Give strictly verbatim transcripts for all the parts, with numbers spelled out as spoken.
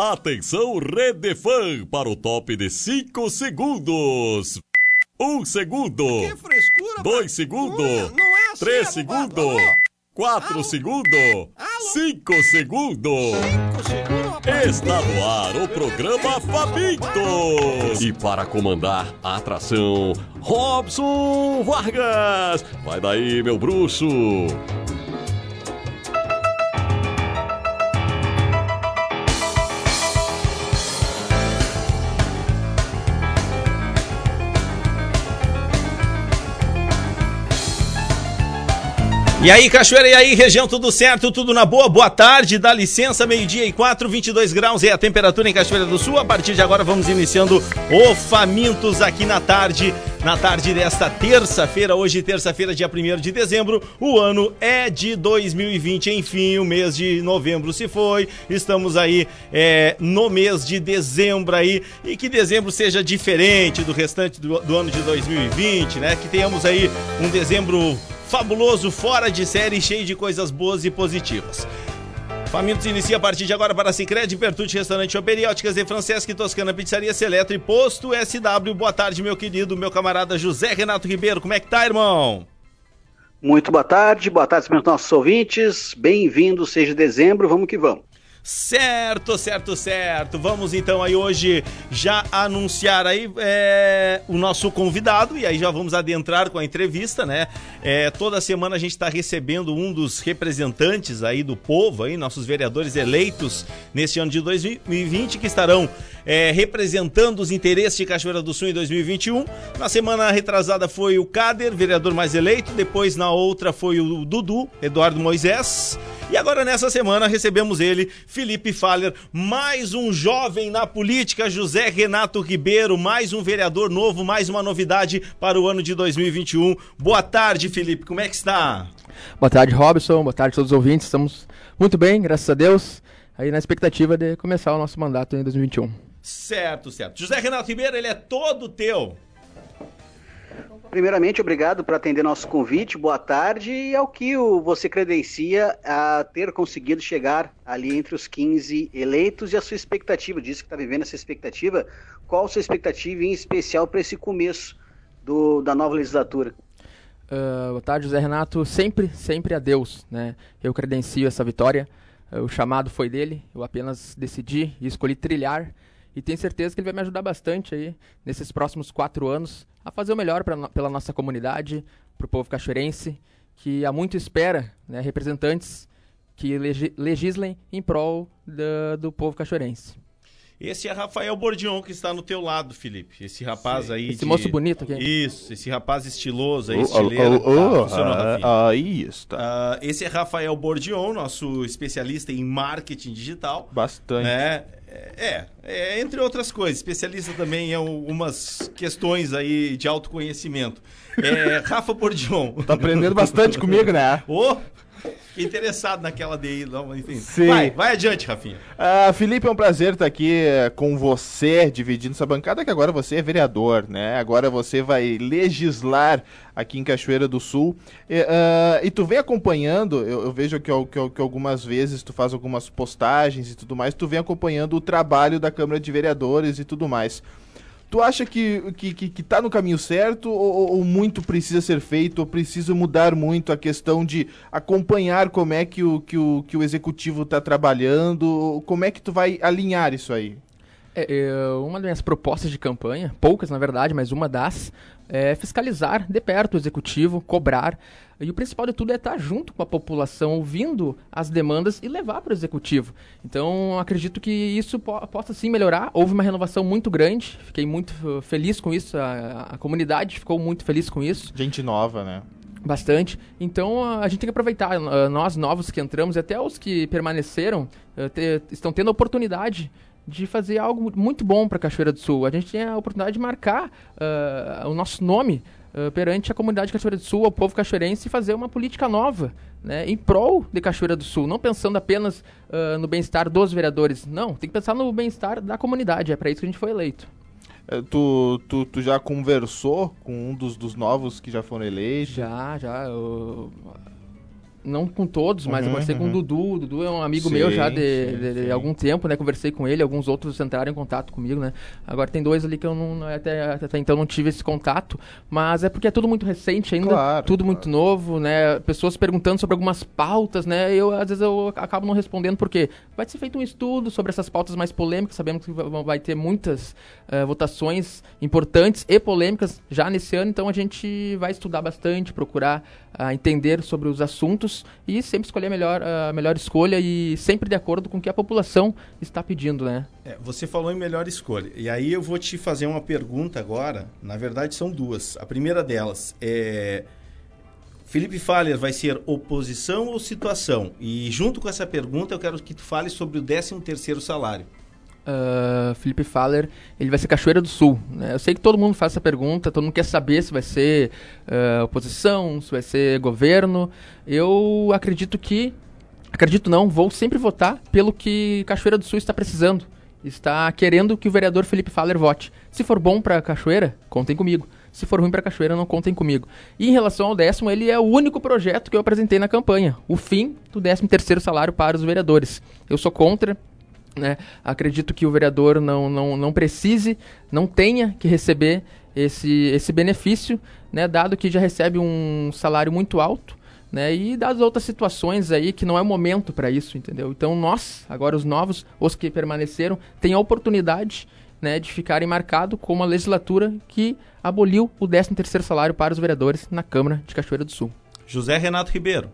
Atenção, Redefan, para o top de cinco segundos. Um segundo. Que frescura, Dois segundos. Não, não é assim, Três é segundos. Alô? Quatro Alô? segundos. Alô? Cinco segundos. Cinco segundos, rapaz. Está no ar o programa Famintos. E para comandar a atração, Robson Vargas. Vai daí, meu bruxo. E aí, Cachoeira, e aí, região, tudo certo, tudo na boa? Boa tarde, dá licença, meio-dia e quatro, vinte e dois graus é a temperatura em Cachoeira do Sul. A partir de agora vamos iniciando o Famintos aqui na tarde, na tarde desta terça-feira, hoje terça-feira, dia primeiro de dezembro, o ano é de dois mil e vinte, enfim, o mês de novembro se foi, estamos aí é, no mês de dezembro aí, e que dezembro seja diferente do restante do, do ano de dois mil e vinte, né, que tenhamos aí um dezembro fabuloso, fora de série, cheio de coisas boas e positivas. Famintos inicia a partir de agora para Sicredi, Pertucci, Restaurante Choperia, Óticas de Franceschi, Toscana, Pizzaria, Seleto e Posto S W. Boa tarde, meu querido, meu camarada José Renato Ribeiro. Como é que tá, irmão? Muito boa tarde, boa tarde meus nossos ouvintes. Bem-vindos, seja dezembro, vamos que vamos. Certo, certo, certo. Vamos então aí hoje já anunciar aí é, o nosso convidado e aí já vamos adentrar com a entrevista, né? É, toda semana a gente está recebendo um dos representantes aí do povo, aí, nossos vereadores eleitos neste ano de dois mil e vinte que estarão é, representando os interesses de Cachoeira do Sul em dois mil e vinte e um. Na semana retrasada foi o Cader, vereador mais eleito, depois na outra foi o Dudu, Eduardo Moisés. E agora nessa semana recebemos ele, Felipe Faller, mais um jovem na política, José Renato Ribeiro, mais um vereador novo, mais uma novidade para o ano de dois mil e vinte e um. Boa tarde, Felipe, como é que está? Boa tarde, Robson, boa tarde a todos os ouvintes, estamos muito bem, graças a Deus, aí na expectativa de começar o nosso mandato em dois mil e vinte e um. Certo, certo. José Renato Ribeiro, ele é todo teu. Primeiramente, obrigado por atender nosso convite, boa tarde, e ao que o, você credencia a ter conseguido chegar ali entre os quinze eleitos e a sua expectativa, disse que está vivendo essa expectativa, qual a sua expectativa em especial para esse começo do, da nova legislatura? Uh, boa tarde, José Renato, sempre, sempre a Deus, né? Eu credencio essa vitória, uh, o chamado foi dele, eu apenas decidi e escolhi trilhar, e tenho certeza que ele vai me ajudar bastante aí, nesses próximos quatro anos, a fazer o melhor pra, pela nossa comunidade, para o povo cachoeirense, que há muito espera, né, representantes que legi- legislem em prol da, do povo cachoeirense. Esse é Rafael Bordion que está no teu lado, Felipe. Esse rapaz Sim. aí Esse de... moço bonito aqui. Isso, esse rapaz estiloso aí, oh, estileiro. Oh, oh, tá, oh, funcionou, ah, aí está. Uh, esse é Rafael Bordion, nosso especialista em marketing digital. Bastante. Né? É, é, entre outras coisas, especialista também em algumas questões aí de autoconhecimento. É, Rafa Bordion. Tá aprendendo bastante comigo, né? Ô, oh, fiquei interessado naquela D I, não, enfim. Sim. Vai, vai adiante, Rafinha. Ah, Felipe, é um prazer estar aqui com você, dividindo essa bancada, que agora você é vereador, né? Agora você vai legislar aqui em Cachoeira do Sul. E, uh, e tu vem acompanhando, eu, eu vejo que, que, que algumas vezes tu faz algumas postagens e tudo mais, tu vem acompanhando o trabalho da Câmara de Vereadores e tudo mais. Tu acha que, que, que, que tá no caminho certo ou, ou muito precisa ser feito, ou precisa mudar muito a questão de acompanhar como é que o, que o, que o executivo está trabalhando? Como é que tu vai alinhar isso aí? É, é, uma das minhas propostas de campanha, poucas na verdade, mas uma das, é fiscalizar de perto o executivo, cobrar. E o principal de tudo é estar junto com a população, ouvindo as demandas e levar para o executivo. Então, acredito que isso po- possa sim melhorar. Houve uma renovação muito grande, fiquei muito feliz com isso, a, a comunidade ficou muito feliz com isso. Gente nova, né? Bastante. Então, a gente tem que aproveitar. Uh, nós, novos que entramos, e até os que permaneceram, uh, te, estão tendo a oportunidade de fazer algo muito bom para Cachoeira do Sul. A gente tem a oportunidade de marcar uh, o nosso nome uh, perante a comunidade de Cachoeira do Sul, ao povo cachoeirense, e fazer uma política nova, né, em prol de Cachoeira do Sul, não pensando apenas uh, no bem-estar dos vereadores. Não, tem que pensar no bem-estar da comunidade, é para isso que a gente foi eleito. Tu, tu, tu já conversou com um dos, dos novos que já foram eleitos? Já, já. Eu... não com todos, mas Uhum, eu conversei com o uhum. Dudu. O Dudu é um amigo Sim, meu já de, sim, de- de sim. algum tempo, né? Conversei com ele, alguns outros entraram em contato comigo, né? Agora tem dois ali que eu não, até, até então não tive esse contato, mas é porque é tudo muito recente ainda, Claro, tudo claro. muito novo, né? Pessoas perguntando sobre algumas pautas, né? Eu, às vezes, eu acabo não respondendo porque vai ser feito um estudo sobre essas pautas mais polêmicas, sabemos que va- vai ter muitas eh, votações importantes e polêmicas já nesse ano, então a gente vai estudar bastante, procurar ah, entender sobre os assuntos e sempre escolher a melhor, a melhor escolha e sempre de acordo com o que a população está pedindo, né? É, você falou em melhor escolha. E aí eu vou te fazer uma pergunta agora. Na verdade, são duas. A primeira delas é... Felipe Faller vai ser oposição ou situação? E junto com essa pergunta, eu quero que tu fale sobre o décimo terceiro salário. Uh, Felipe Faller, ele vai ser Cachoeira do Sul, né? Eu sei que todo mundo faz essa pergunta, todo mundo quer saber se vai ser uh, oposição, se vai ser governo. Eu acredito que, acredito não, vou sempre votar pelo que Cachoeira do Sul está precisando, está querendo que o vereador Felipe Faller vote. Se for bom para Cachoeira, contem comigo. Se for ruim para Cachoeira, não contem comigo. E em relação ao décimo, ele é o único projeto que eu apresentei na campanha, o fim do décimo terceiro salário para os vereadores. Eu sou contra. Né? Acredito que o vereador não, não, não precise, não tenha que receber esse, esse benefício, né? Dado que já recebe um salário muito alto, né? E dadas outras situações aí que não é o momento para isso, entendeu? Então nós, agora os novos, os que permaneceram, têm a oportunidade, né, de ficarem marcados como a legislatura que aboliu o décimo terceiro salário para os vereadores na Câmara de Cachoeira do Sul. José Renato Ribeiro.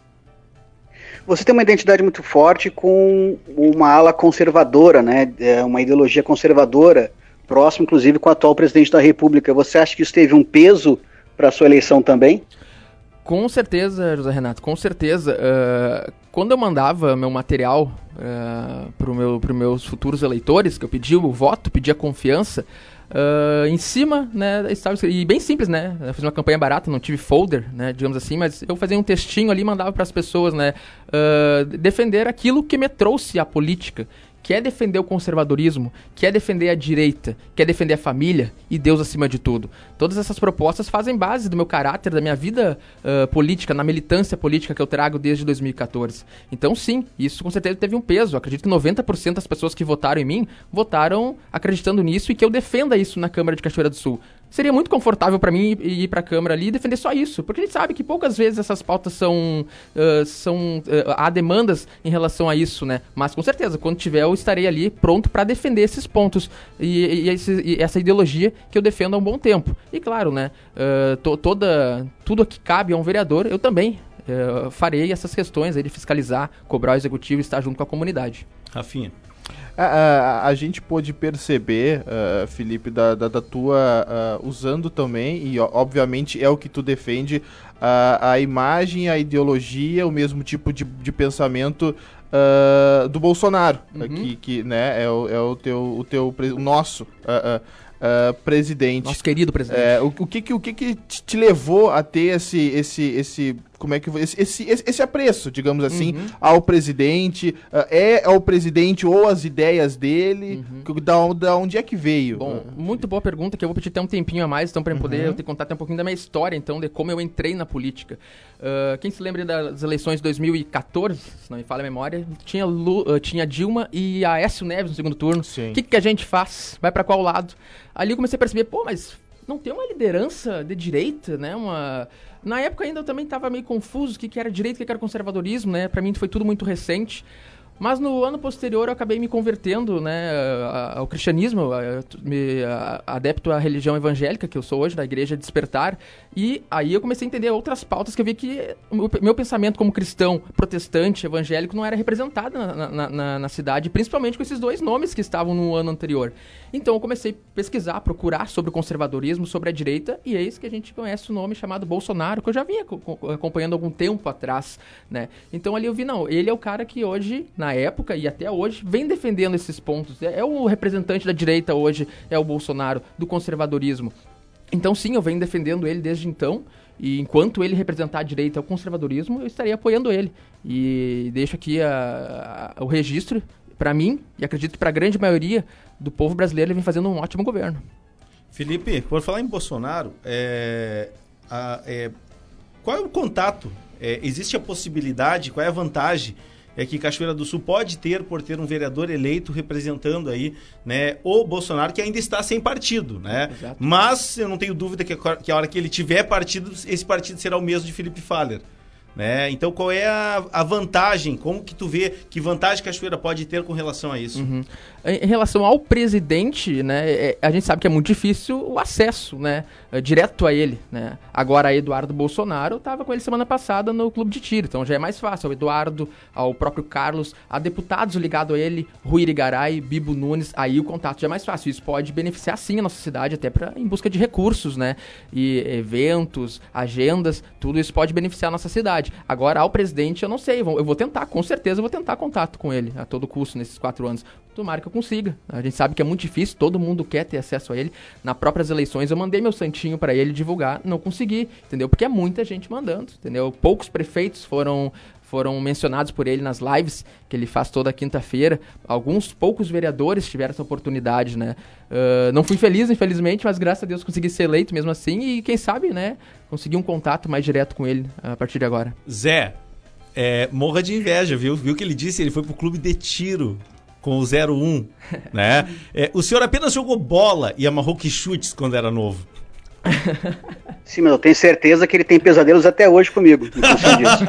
Você tem uma identidade muito forte com uma ala conservadora, né? É uma ideologia conservadora, próximo, inclusive, com o atual presidente da República. Você acha que isso teve um peso para a sua eleição também? Com certeza, José Renato, com certeza. Uh, quando eu mandava meu material uh, para meu, os meus futuros eleitores, que eu pedi o voto, pedi a confiança, uh, em cima, né, estava escrito, e bem simples, né, eu fiz uma campanha barata, não tive folder, né, digamos assim, mas eu fazia um textinho ali e mandava para as pessoas, né, uh, defender aquilo que me trouxe à política, que é defender o conservadorismo, que é defender a direita, que é defender a família e Deus acima de tudo. Todas essas propostas fazem base do meu caráter, da minha vida uh, política, na militância política que eu trago desde dois mil e catorze. Então sim, isso com certeza teve um peso. Eu acredito que noventa por cento das pessoas que votaram em mim, votaram acreditando nisso e que eu defenda isso na Câmara de Cachoeira do Sul. Seria muito confortável para mim ir para a Câmara ali e defender só isso, porque a gente sabe que poucas vezes essas pautas são, uh, são uh, há demandas em relação a isso, né? Mas com certeza, quando tiver, eu estarei ali pronto para defender esses pontos e, e, esse, e essa ideologia que eu defendo há um bom tempo. E claro, né? Uh, to, toda, tudo que cabe a um vereador, eu também uh, farei essas questões aí de fiscalizar, cobrar o executivo e estar junto com a comunidade. Rafinha. A, a, a gente pôde perceber, uh, Felipe, da, da, da tua, uh, usando também, e ó, obviamente é o que tu defende, uh, a imagem, a ideologia, o mesmo tipo de, de pensamento uh, do Bolsonaro, Uhum. que, que né, é, o, é o teu, o teu, o nosso uh, uh, uh, presidente. Nosso querido presidente. É, o, o que que, o que que te te levou a ter esse, esse, esse, como é que esse, esse, esse esse apreço, digamos assim, Uhum. ao presidente? Uh, é ao presidente ou as ideias dele? Que- Da, on- da onde é que veio? Bom, muito boa pergunta, que eu vou pedir até um tempinho a mais, então, para poder eu ter contar até um pouquinho da minha história, então, de como eu entrei na política. Uh, quem se lembra das eleições de dois mil e catorze, se não me falha a memória, tinha, Lu, uh, tinha Dilma e Aécio Neves no segundo turno. Sim. O que, que a gente faz? Vai para qual lado? Ali eu comecei a perceber, pô, mas não tem uma liderança de direita, né? Uma... Na época ainda eu também estava meio confuso o que, que era direita e o que era conservadorismo, né? Para mim foi tudo muito recente. Mas no ano posterior eu acabei me convertendo, né, a- ao cristianismo, a- me a- adepto à religião evangélica, que eu sou hoje, da Igreja Despertar, e aí eu comecei a entender outras pautas que eu vi que o meu- meu pensamento como cristão, protestante, evangélico, não era representado na, na- na- na cidade, principalmente com esses dois nomes que estavam no ano anterior. Então eu comecei a pesquisar, procurar sobre o conservadorismo, sobre a direita, e eis que a gente conhece o nome chamado Bolsonaro, que eu já vinha co- co- acompanhando há algum tempo atrás, né. Então ali eu vi, não, ele é o cara que hoje, na época e até hoje, vem defendendo esses pontos. É, é o representante da direita hoje, é o Bolsonaro, do conservadorismo. Então sim, eu venho defendendo ele desde então, e enquanto ele representar a direita ou o conservadorismo, eu estarei apoiando ele. E deixo aqui a- a- o registro, para mim, e acredito que para a grande maioria do povo brasileiro, ele vem fazendo um ótimo governo. Felipe, por falar em Bolsonaro, é, a- é, qual é o contato é, existe a possibilidade, qual é a vantagem é que Cachoeira do Sul pode ter por ter um vereador eleito representando aí, né, o Bolsonaro, que ainda está sem partido, né? Exato. Mas eu não tenho dúvida que, que a hora que ele tiver partido, esse partido será o mesmo de Felipe Faller. Né? Então, qual é a, a vantagem? Como que tu vê, que vantagem Cachoeira pode ter com relação a isso? Uhum. Em relação ao presidente, né, é, a gente sabe que é muito difícil o acesso, né, é, direto a ele, né? Agora, Eduardo Bolsonaro estava com ele semana passada no clube de tiro, então já é mais fácil. Ao Eduardo, ao próprio Carlos, a deputados ligados a ele, Rui Irigaray, Bibo Nunes, aí o contato já é mais fácil. Isso pode beneficiar sim a nossa cidade, até pra, em busca de recursos, né, e eventos, agendas, tudo isso pode beneficiar a nossa cidade. Agora, ao presidente, eu não sei, eu vou tentar, com certeza eu vou tentar contato com ele a todo custo nesses quatro anos. Tomara que eu consiga. A gente sabe que é muito difícil, todo mundo quer ter acesso a ele. Nas próprias eleições eu mandei meu santinho para ele divulgar, não consegui, entendeu? Porque é muita gente mandando, entendeu? Poucos prefeitos foram, foram mencionados por ele nas lives que ele faz toda quinta-feira. Alguns poucos vereadores tiveram essa oportunidade, né? Uh, não fui feliz, infelizmente, mas graças a Deus consegui ser eleito mesmo assim e quem sabe, né, conseguir um contato mais direto com ele a partir de agora. Zé, é, morra de inveja, viu? Viu o que ele disse? Ele foi pro clube de tiro com o zero um, né? É, o senhor apenas jogou bola e amarrou que chutes quando era novo. Sim, mas eu tenho certeza que ele tem pesadelos até hoje comigo, em função disso.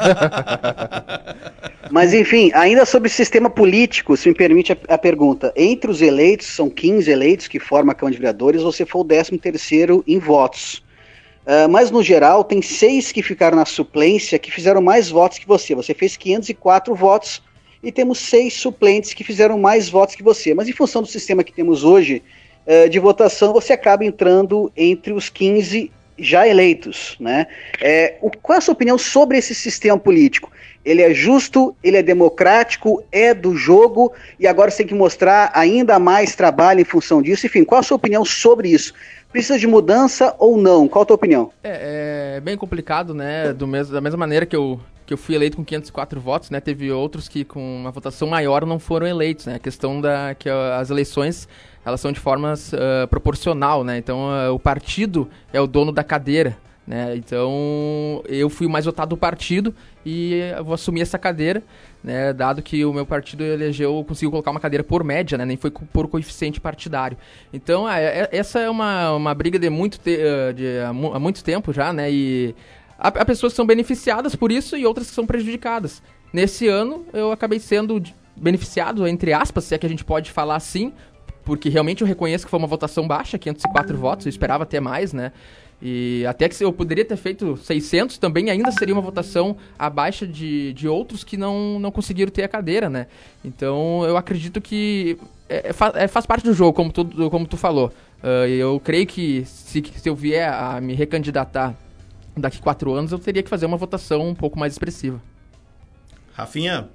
Mas enfim, ainda sobre o sistema político, se me permite a, a pergunta, entre os eleitos, são quinze eleitos que formam a Câmara de Vereadores, você foi o décimo terceiro em votos. Uh, mas no geral, tem seis que ficaram na suplência que fizeram mais votos que você. Você fez quinhentos e quatro votos e temos seis suplentes que fizeram mais votos que você. Mas em função do sistema que temos hoje uh, de votação, você acaba entrando entre os quinze já eleitos, né? É, o, qual é a sua opinião sobre esse sistema político? Ele é justo, ele é democrático, é do jogo, e agora você tem que mostrar ainda mais trabalho em função disso. Enfim, qual a sua opinião sobre isso? Precisa de mudança ou não? Qual a tua opinião? É, é bem complicado, né? Do mesmo, da mesma maneira que eu, que eu fui eleito com quinhentos e quatro votos, né? Teve outros que com uma votação maior não foram eleitos, né? A questão da que as eleições, elas são de forma uh, proporcional, né? Então uh, o partido é o dono da cadeira, né? Então eu fui o mais votado do partido e eu vou assumir essa cadeira, né? Dado que o meu partido elegeu, conseguiu colocar uma cadeira por média, né? Nem foi por coeficiente partidário. Então é, é, essa é uma, uma briga de muito, te, de, há muito tempo já, né? E há, há pessoas que são beneficiadas por isso e outras que são prejudicadas. Nesse ano eu acabei sendo beneficiado, entre aspas, se é que a gente pode falar assim, porque realmente eu reconheço que foi uma votação baixa, quinhentos e quatro votos, eu esperava ter mais, né? E até que eu poderia ter feito seiscentos, também ainda seria uma votação abaixo de, de outros que não, não conseguiram ter a cadeira, né? Então eu acredito que é, é, faz parte do jogo, como tu, como tu falou. Uh, eu creio que se, se eu vier a me recandidatar daqui quatro anos, eu teria que fazer uma votação um pouco mais expressiva. Rafinha?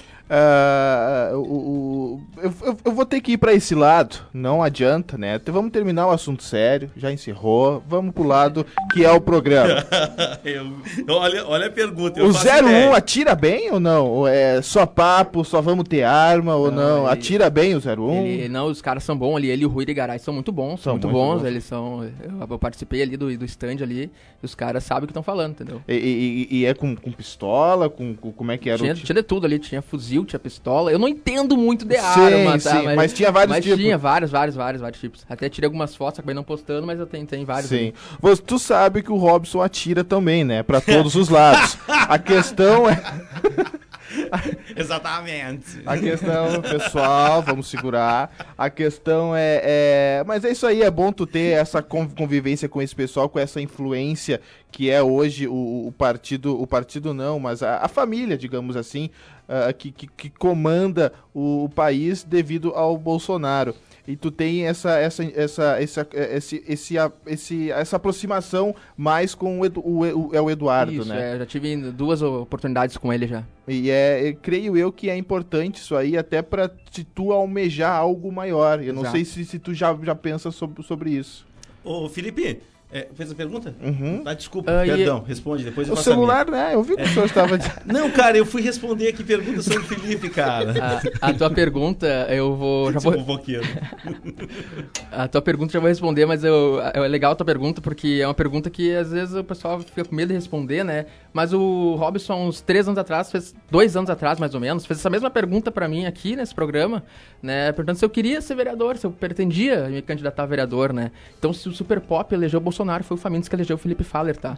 Uh, o, o, eu, eu, eu vou ter que ir para esse lado, não adianta, né? Então, vamos terminar o assunto sério, já encerrou, vamos pro lado que é o programa. eu, olha, olha a pergunta. Eu o zero um atira bem ou não? Ou é só papo, só vamos ter arma ou não? não? Ele, atira bem o zero um? Ele, não, os caras são bons ali, ele e o Rui Irigaray são muito bons, são, são muito, muito bons, bons, eles são... Eu, eu participei ali do, do stand ali, e os caras sabem o que estão falando, entendeu? E, e, e é com, com pistola, com, com como é que era? Tinha, o... tinha de tudo ali, tinha fuzil, tinha pistola. Eu não entendo muito de sim, arma, tá? Sim, mas, mas tinha vários mas tipos. tinha vários, vários, vários, vários tipos. Até tirei algumas fotos, acabei não postando, mas eu tenho, tenho vários. Sim. Ali. Tu sabe que o Robson atira também, né? Pra todos os lados. A questão é... Exatamente. A questão, pessoal, vamos segurar. A questão é, é... Mas é isso aí, é bom tu ter essa convivência com esse pessoal, com essa influência que é hoje o, o partido, o partido não, mas a, a família, digamos assim, uh, que, que, que comanda o, o país devido ao Bolsonaro. E tu tem essa, essa, essa, essa, esse, esse, esse, essa aproximação mais com o, Edu, o, o, é o Eduardo, isso, né? É, já tive duas oportunidades com ele já. E é, é, creio eu que é importante isso aí, até pra se tu almejar algo maior. Eu não Exato. sei se, se tu já, já pensa sobre, sobre isso. Ô, Felipe, É, fez a pergunta? Uhum. Ah, desculpa, Ah, e- perdão, responde, depois eu O faço a minha. celular, né? Eu vi que o senhor estava... Não, cara, eu fui responder aqui perguntas sobre o Felipe, cara. A, a tua pergunta, eu vou. Já Seu vou fofoqueiro. a tua pergunta eu já vou responder, mas eu, é legal a tua pergunta, porque é uma pergunta que às vezes o pessoal fica com medo de responder, né? Mas o Robson, uns três anos atrás, fez dois anos atrás, mais ou menos, fez essa mesma pergunta pra mim aqui nesse programa, né? Perguntando se eu queria ser vereador, se eu pretendia me candidatar a vereador, né? Então, se o Super Pop elegeu o Bolsonaro, foi o Famintos que elegeu o Felipe Faller, tá?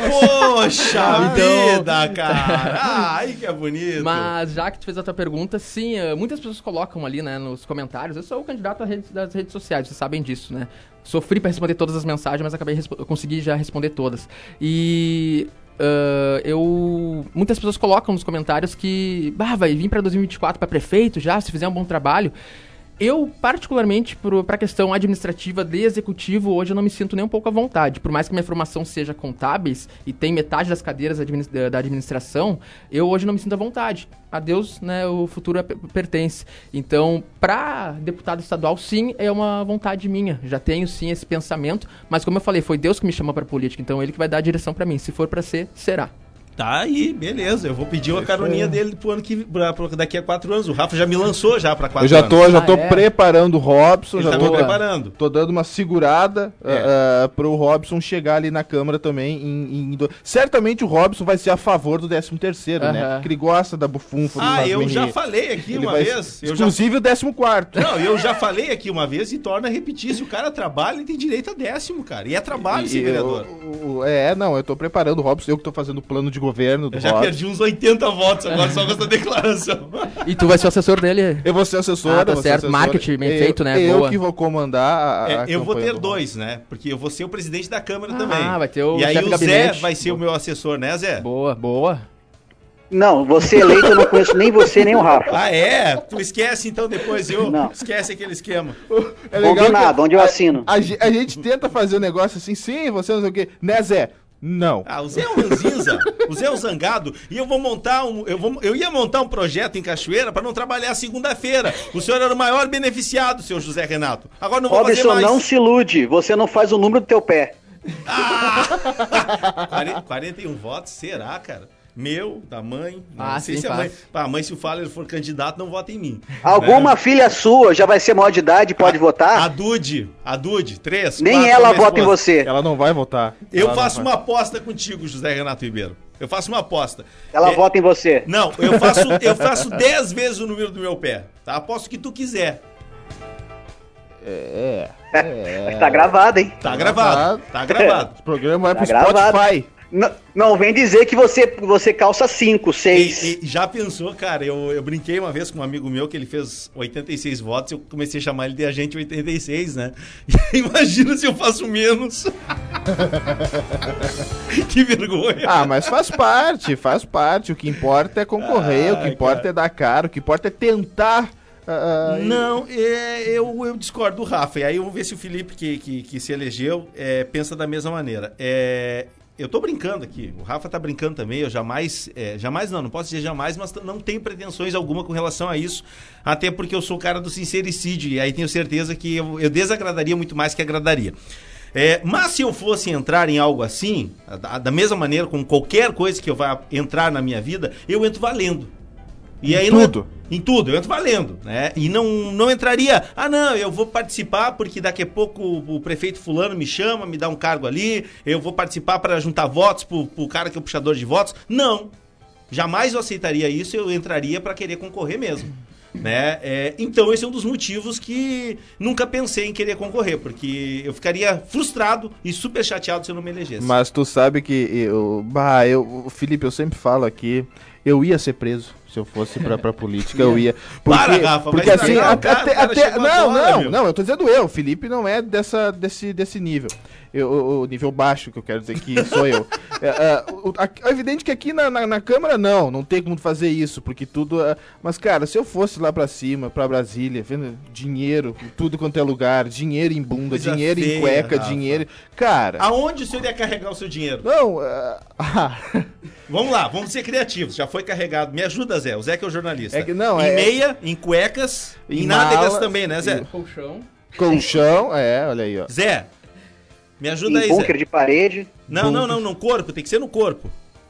Poxa Então- vida, cara! Ai, que é bonito! Mas já que tu fez a tua pergunta, sim, eh, muitas pessoas colocam ali, né, nos comentários, eu sou o candidato a rede- das redes sociais, vocês sabem disso, né? Sofri pra responder todas as mensagens, mas acabei respo- eu consegui já responder todas. E ah, eu muitas pessoas colocam nos comentários que bah, vai vir pra dois mil e vinte e quatro pra prefeito já, se fizer um bom trabalho. Eu, particularmente, para a questão administrativa de executivo, hoje eu não me sinto nem um pouco à vontade. Por mais que minha formação seja contábeis e tem metade das cadeiras adminis- da da administração, eu hoje não me sinto à vontade. A Deus, né, o futuro é- pertence. Então, para deputado estadual, sim, é uma vontade minha. Já tenho, sim, esse pensamento. Mas, como eu falei, foi Deus que me chamou para política. Então, ele que vai dar a direção para mim. Se for para ser, será. Tá aí, beleza. Eu vou pedir uma caroninha dele pro ano que pra, pra daqui a quatro anos. O Rafa já me lançou já pra quatro Eu já anos. tô, já Ah, tô é? preparando o Robson, Ele já tá tô me preparando. Tô dando uma segurada É. ah, ah, pro Robson chegar ali na Câmara também. Em, em do- Certamente o Robson vai ser a favor do décimo terceiro, né? Aham. Porque ele gosta da bufunfa do Ah, eu Masmeri. já falei aqui Ele uma vai- vez. Eu já... Inclusive o décimo quarto. Não, eu já falei aqui uma vez e torna a repetir. Se o cara trabalha, ele tem direito a décimo, cara. E é trabalho ser E- vereador. o- o- É, não, eu tô preparando o Robson, eu que tô fazendo o plano de governo do Eu já Robson. perdi uns oitenta votos agora só com essa declaração. E tu vai ser o assessor dele? Eu vou ser assessor. Ah, tá eu vou ser certo. assessor. Marketing bem Eu- feito, né? Eu Boa. que vou comandar a, É, a eu vou campanha ter do dois, né? Porque eu vou ser o presidente da Câmara Ah, também. vai ter o E aí chefe o de Zé gabinete. vai ser o meu assessor, né, Zé? Boa, boa. Não, você eleito eu não conheço nem você nem o Rafa. Ah, é? Tu esquece então depois, eu? Não. Esquece aquele esquema. É legal Combinado, que onde eu assino. A, ge- a gente tenta fazer um negócio assim, sim, você não sei o quê. Né, Zé? Não. Ah, o Zé é um ranzinza, o Zé é um zangado, e eu vou montar um. Eu, vou, eu ia montar um projeto em Cachoeira para não trabalhar segunda-feira. O senhor era o maior beneficiado, senhor José Renato. Agora não vou fazer Robson, mais. não se ilude, você não faz o número do teu pé. quarenta, quarenta e um votos, será, cara? Meu, da mãe. Ah, não sei sim, se a mãe. faz. Pá, a mãe, se o Faller for candidato, não vota em mim. Alguma Né? filha sua já vai ser maior de idade, pode A votar? Dude, a Dude, três. Nem quatro, ela minha vota em esposa. você. Ela não vai votar. Eu Ela não faço vai. uma aposta contigo, José Renato Ribeiro. Eu faço uma aposta. Ela É, vota em você. Não, eu faço, eu faço dez vezes o número do meu pé. Tá? Aposto que tu quiser. É. Mas tá gravado, hein? Tá gravado. Tá gravado. O programa vai Tá pro gravado. Spotify. Não, não vem dizer que você, você calça cinco, seis. E, e já pensou, cara, eu, eu brinquei uma vez com um amigo meu que ele fez oitenta e seis votos e eu comecei a chamar ele de agente oitenta e seis, né? Imagina se eu faço menos. Que vergonha. Ah, mas faz parte, faz parte. O que importa é concorrer, o que Ai, importa cara. é dar cara, o que importa é tentar. ah, ah, Não, é, eu, eu discordo do Rafa. E aí vamos ver se o Felipe, que, que, que se elegeu, é, pensa da mesma maneira. É, eu tô brincando aqui, o Rafa tá brincando também, eu jamais, é, jamais não, não posso dizer jamais, mas t- não tenho pretensões alguma com relação a isso, até porque eu sou o cara do sincericídio, e aí tenho certeza que eu, eu desagradaria muito mais que agradaria. É, mas se eu fosse entrar em algo assim, da, da mesma maneira, com qualquer coisa que eu vá entrar na minha vida, eu entro valendo. E Em aí não- tudo? Em tudo, eu entro valendo, né? E não, não entraria, ah não, eu vou participar porque daqui a pouco o, o prefeito fulano me chama, me dá um cargo ali, eu vou participar para juntar votos pro, pro cara que é o puxador de votos. Não, jamais eu aceitaria isso, eu entraria para querer concorrer mesmo. Né? É, então esse é um dos motivos que nunca pensei em querer concorrer, porque eu ficaria frustrado e super chateado se eu não me elegesse. Mas tu sabe que eu, bah, eu, Felipe, eu sempre falo aqui, eu ia ser preso se eu fosse pra, pra política, eu ia. Porque, Para, Rafa, vai porque assim, estragar o até, cara, o cara até- chegou não, agora, não, meu. não, eu tô dizendo eu, o Felipe não é dessa, desse, desse nível. Eu, o o nível baixo, que eu quero dizer que sou eu. É, é, o- a- é evidente que aqui na, na, na Câmara não, não tem como fazer isso, porque tudo. é- mas, cara, se eu fosse lá pra cima, pra Brasília, vendo dinheiro, tudo quanto é lugar, dinheiro em bunda, Coisa dinheiro feia, em cueca, Rafa. dinheiro. Cara. Aonde o senhor ia carregar o seu dinheiro? Não, é, ah, Vamos lá, vamos ser criativos. Já foi carregado. Me ajuda, Zé. O Zé que é o jornalista. É que não, em é- meia, em cuecas, em, Em nádegas mala, também, né, Zé? Colchão. colchão, é, olha aí, ó. Zé, Me ajuda em aí, bunker Zé. de parede. Não, não, não, no corpo, tem que ser no corpo.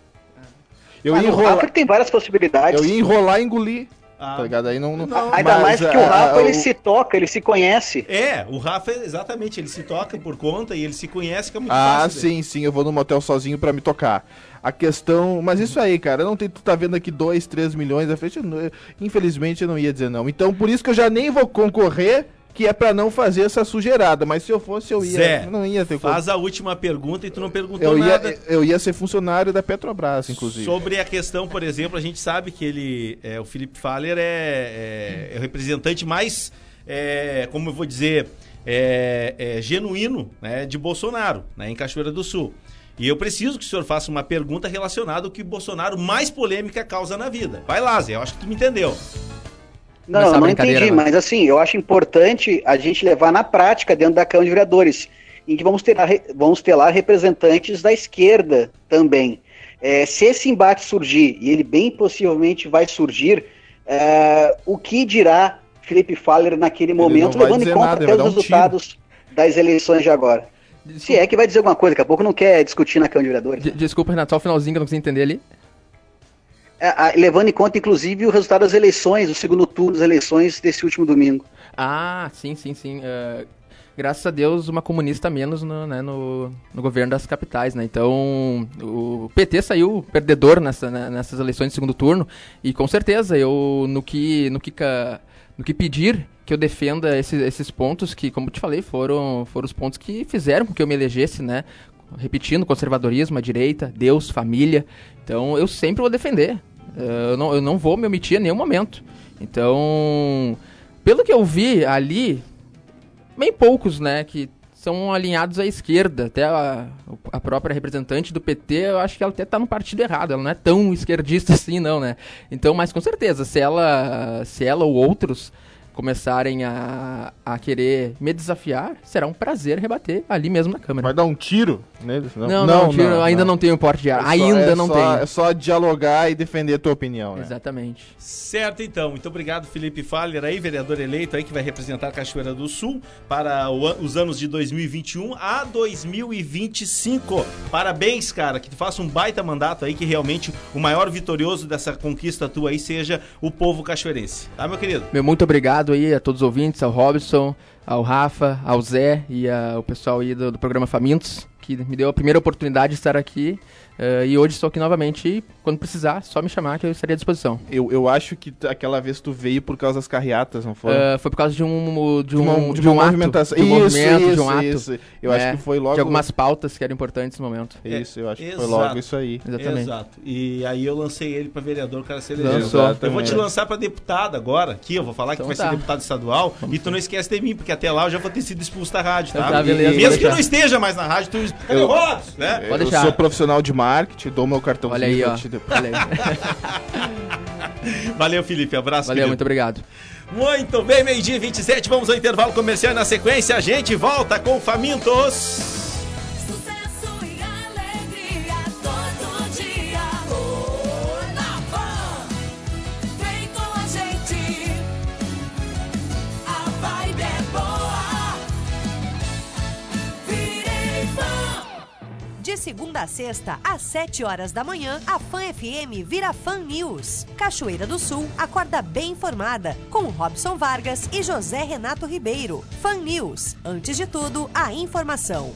Eu Ah, ia no enrolar, Rafa tem várias possibilidades. eu ia enrolar e engolir. Ah. Tá ligado? Aí não, não... Não. Ainda Mas, mais que ah, o Rafa, ah, ele o- se toca, ele se conhece. É, o Rafa, exatamente, ele se toca por conta e ele se conhece, que é muito Ah, fácil. sim, sim, eu vou no motel sozinho pra me tocar. A questão... Mas isso aí, cara, não tem, tu tá vendo aqui dois, três milhões à frente, eu não- infelizmente eu não ia dizer não. Então, por isso que eu já nem vou concorrer, que é pra não fazer essa sujeirada. Mas se eu fosse, eu ia... Zé, não ia ter como. faz a última pergunta e tu não perguntou Eu nada. ia, eu ia ser funcionário da Petrobras, inclusive. Sobre a questão, por exemplo, a gente sabe que ele, é, o Felipe Faller é, é, é o representante mais, é, como eu vou dizer, é, é, genuíno, né, de Bolsonaro, né, em Cachoeira do Sul. E eu preciso que o senhor faça uma pergunta relacionada ao que Bolsonaro mais polêmica causa na vida. Vai lá, Zé, eu acho que tu me entendeu. Não, Começar a eu não brincadeira entendi, agora. mas assim, eu acho importante a gente levar na prática dentro da Câmara de Vereadores, em que vamos ter, lá- vamos ter lá representantes da esquerda também. É, se esse embate surgir, e ele bem possivelmente vai surgir, é, o que dirá Felipe Faller naquele momento, não vai levando em dizer conta nada, até ele vai os dar um resultados das eleições de agora. Se é que vai dizer alguma coisa, daqui a pouco não quer discutir na Câmara de Vereadores. De- Desculpa, Renato, só o finalzinho que eu não consegui entender ali. É, a- levando em conta, inclusive, o resultado das eleições, do segundo turno das eleições desse último domingo. Ah, sim, sim, sim. É, graças a Deus, uma comunista menos no, né, no, no governo das capitais, né? Então, o P T saiu perdedor nessa, né, nessas eleições de segundo turno. E com certeza, eu no que, no que, ca- no que pedir que eu defenda esses, esses pontos que, como eu te falei, foram, foram os pontos que fizeram com que eu me elegesse, né? Repetindo, conservadorismo, a direita, Deus, família. Então, eu sempre vou defender. Eh, Eu não, eu não vou me omitir a nenhum momento. Então, pelo que eu vi ali, bem poucos, né, que são alinhados à esquerda. Até a, a própria representante do P T, eu acho que ela até tá no partido errado. Ela não é tão esquerdista assim, não, né? Então, mas com certeza, se ela, se ela ou outros começarem a, a querer me desafiar, será um prazer rebater ali mesmo na Câmara. Vai dar um tiro neles? Não, não, tiro, ainda não tenho porte de É arma. só- Ainda é não só- tenho. É só dialogar e defender a tua opinião, né? Exatamente. Certo, então. Muito obrigado, Felipe Faller, aí, vereador eleito aí, que vai representar a Cachoeira do Sul para o an- os anos de dois mil e vinte e um a dois mil e vinte e cinco. Parabéns, cara, que tu faça um baita mandato aí, que realmente o maior vitorioso dessa conquista tua aí seja o povo cachoeirense. Tá, meu querido? Meu muito obrigado aí a todos os ouvintes, ao Robson, ao Rafa, ao Zé e ao pessoal aí do, do programa Famintos, que me deu a primeira oportunidade de estar aqui. eh, e hoje estou aqui novamente e quando precisar, só me chamar que eu estarei à disposição. Eu, eu acho que t- aquela vez tu veio por causa das carreatas, não foi? Eh, foi por causa de um de de um, uma, de de uma um ato, movimentação. de um isso, movimento, isso, de um ato. isso. Eu né, acho que foi logo... de algumas pautas que eram importantes no momento. Isso, eu acho que foi Exato. logo isso aí. Exatamente. Exato. E aí eu lancei ele pra vereador, o cara se elegeu. Lançou. Eu vou te lançar pra deputado agora, aqui, eu vou falar Então que vai tá. ser deputado estadual, e tu não esquece de mim, porque até lá eu já vou ter sido expulso da rádio, tá? Então tá, beleza, E pode mesmo que eu deixar. não esteja mais na rádio, tu... Cadê o Robson? Né? Pode eu deixar. sou profissional de marketing, dou meu cartãozinho. Olha aí, pra ó. te- Olha aí. Valeu, Felipe, abraço, Valeu, querido. muito obrigado. Muito bem, meio-dia e vinte e sete, vamos ao intervalo comercial e na sequência a gente volta com Famintos. Sucesso e alegria todo dia. Oh, na Pan. Vem com a gente. A vibe é boa. Virei fã. De segunda a sexta, às sete horas da manhã, a Fan F M vira Fan News. Cachoeira do Sul acorda bem informada, com Robson Vargas e José Renato Ribeiro. Fan News, antes de tudo, a informação.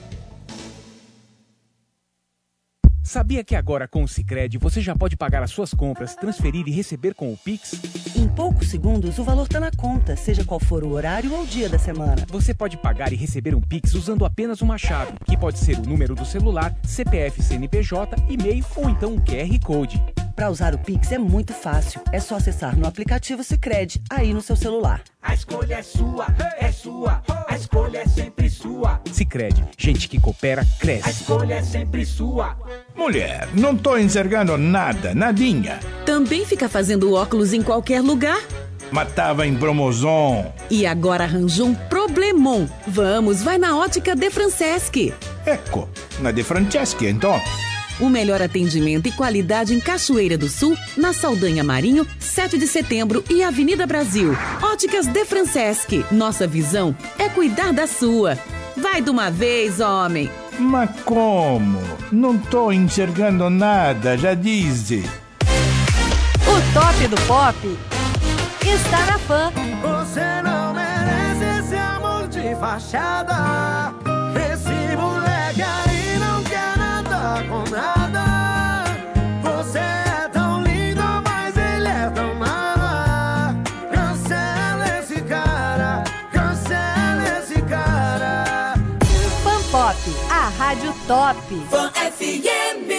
Sabia que agora com o Sicredi você já pode pagar as suas compras, transferir e receber com o Pix? Em poucos segundos, o valor está na conta, seja qual for o horário ou dia da semana. Você pode pagar e receber um Pix usando apenas uma chave, que pode ser o número do celular, C P F, C N P J, e-mail ou então um Q R Code. Para usar o Pix é muito fácil. É só acessar no aplicativo Sicredi, aí no seu celular. A escolha é sua, é sua, a escolha é sempre sua. Sicredi, gente que coopera, cresce. A escolha é sempre sua. Mulher, não tô enxergando nada, nadinha. Também fica fazendo óculos em qualquer lugar? Mas tava em promoção. E agora arranjou um problemão. Vamos, vai na Ótica De Franceschi. Ecco, na De Franceschi, então. O melhor atendimento e qualidade em Cachoeira do Sul, na Saldanha Marinho, sete de setembro e Avenida Brasil. Óticas De Franceschi. Nossa visão é cuidar da sua. Vai de uma vez, homem. Mas como? Não tô enxergando nada, já disse. O top do pop está na Fã. Você não merece esse amor de fachada. Esse moleque aí não quer nada com nada. Você é tão lindo, mas ele é tão nada. Cancela esse cara, cancela esse cara. Fã Pop, a rádio top. Fã F M.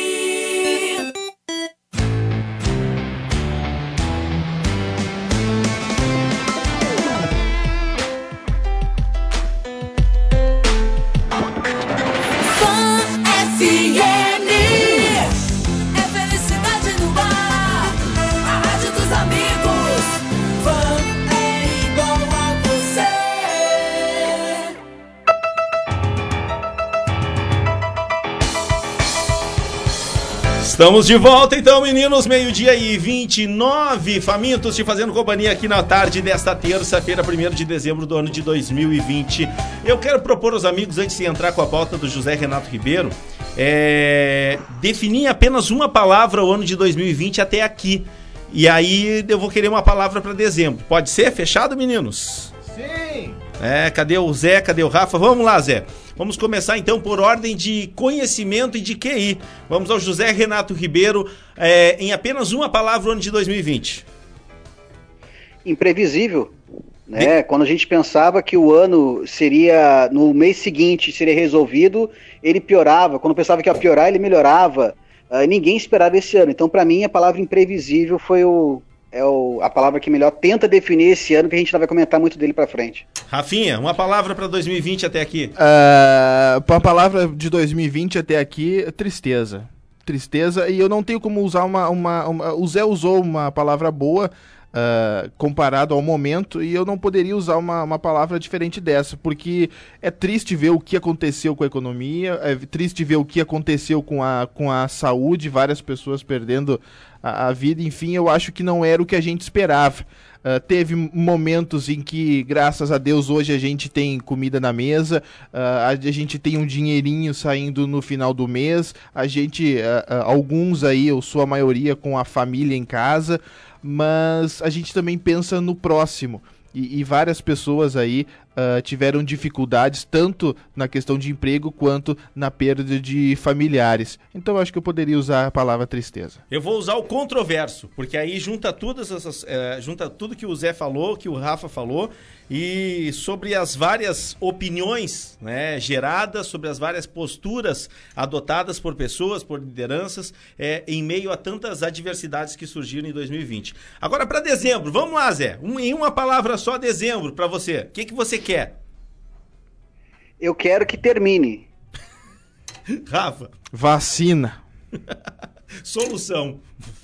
Estamos de volta então, meninos, meio-dia e vinte e nove, famintos te fazendo companhia aqui na tarde desta terça-feira, primeiro de dezembro do ano de dois mil e vinte. Eu quero propor aos amigos, antes de entrar com a pauta do José Renato Ribeiro, é, definir apenas uma palavra o ano de dois mil e vinte até aqui. E aí eu vou querer uma palavra para dezembro. Pode ser? Fechado, meninos? Sim! É, cadê o Zé? Cadê o Rafa? Vamos lá, Zé. Vamos começar então por ordem de conhecimento e de Q I. Vamos ao José Renato Ribeiro, é, em apenas uma palavra o ano de dois mil e vinte. Imprevisível, né? Quando a gente pensava que o ano seria, no mês seguinte, seria resolvido, ele piorava. Quando pensava que ia piorar, ele melhorava. Uh, ninguém esperava esse ano. Então, para mim, a palavra imprevisível foi o, é o, a palavra que melhor tenta definir esse ano, que a gente não vai comentar muito dele para frente. Rafinha, uma palavra para dois mil e vinte até aqui. Uh, a palavra de dois mil e vinte até aqui, tristeza. Tristeza, e eu não tenho como usar uma... uma, uma o Zé usou uma palavra boa, uh, comparado ao momento, e eu não poderia usar uma, uma palavra diferente dessa, porque é triste ver o que aconteceu com a economia, é triste ver o que aconteceu com a, com a saúde, várias pessoas perdendo a, a vida, enfim, eu acho que não era o que a gente esperava. Uh, teve momentos em que, graças a Deus, hoje a gente tem comida na mesa, uh, a, a gente tem um dinheirinho saindo no final do mês, a gente, uh, uh, alguns aí, ou sua maioria, com a família em casa, mas a gente também pensa no próximo. E, e várias pessoas aí uh, tiveram dificuldades, tanto na questão de emprego, quanto na perda de familiares. Então eu acho que eu poderia usar a palavra tristeza. Eu vou usar o controverso, porque aí junta, todas essas, é, junta tudo que o Zé falou, que o Rafa falou, e sobre as várias opiniões, né, geradas, sobre as várias posturas adotadas por pessoas, por lideranças, é, em meio a tantas adversidades que surgiram em dois mil e vinte. Agora, para dezembro, vamos lá, Zé. Um, em uma palavra só, dezembro, para você. O que, que você quer? Eu quero que termine. Rafa. Vacina. Solução.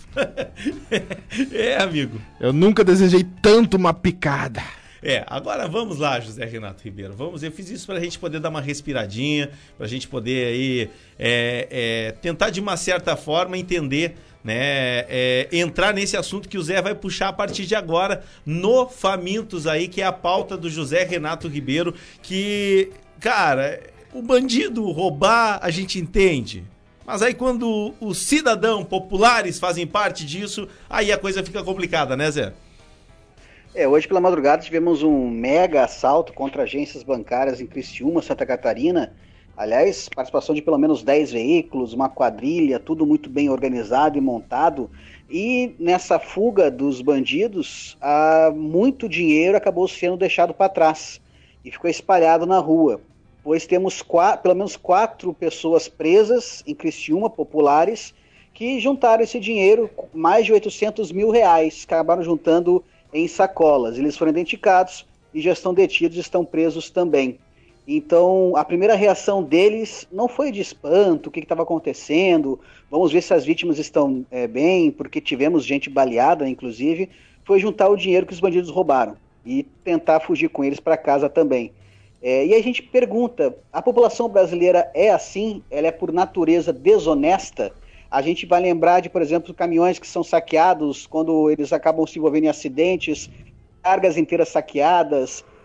É, amigo. Eu nunca desejei tanto uma picada. É, agora vamos lá, José Renato Ribeiro. Vamos, eu fiz isso para a gente poder dar uma respiradinha, para a gente poder aí é, é, tentar de uma certa forma entender, né, é, entrar nesse assunto que o Zé vai puxar a partir de agora no Famintos aí, que é a pauta do José Renato Ribeiro, que, cara, o bandido roubar a gente entende. Mas aí quando os cidadãos populares fazem parte disso, aí a coisa fica complicada, né, Zé? É, hoje pela madrugada tivemos um mega assalto contra agências bancárias em Criciúma, Santa Catarina. Aliás, participação de pelo menos dez veículos, uma quadrilha, tudo muito bem organizado e montado. E nessa fuga dos bandidos, ah, muito dinheiro acabou sendo deixado para trás e ficou espalhado na rua. Pois temos quatro, pelo menos quatro pessoas presas em Criciúma, populares, que juntaram esse dinheiro, mais de oitocentos mil reais, acabaram juntando em sacolas. Eles foram identificados e já estão detidos, estão presos também. Então, a primeira reação deles não foi de espanto, o que estava acontecendo, vamos ver se as vítimas estão é, bem, porque tivemos gente baleada, inclusive, foi juntar o dinheiro que os bandidos roubaram e tentar fugir com eles para casa também. É, e aí a gente pergunta, a população brasileira é assim? Ela é por natureza desonesta? A gente vai lembrar de, por exemplo, caminhões que são saqueados quando eles acabam se envolvendo em acidentes, cargas inteiras saqueadas,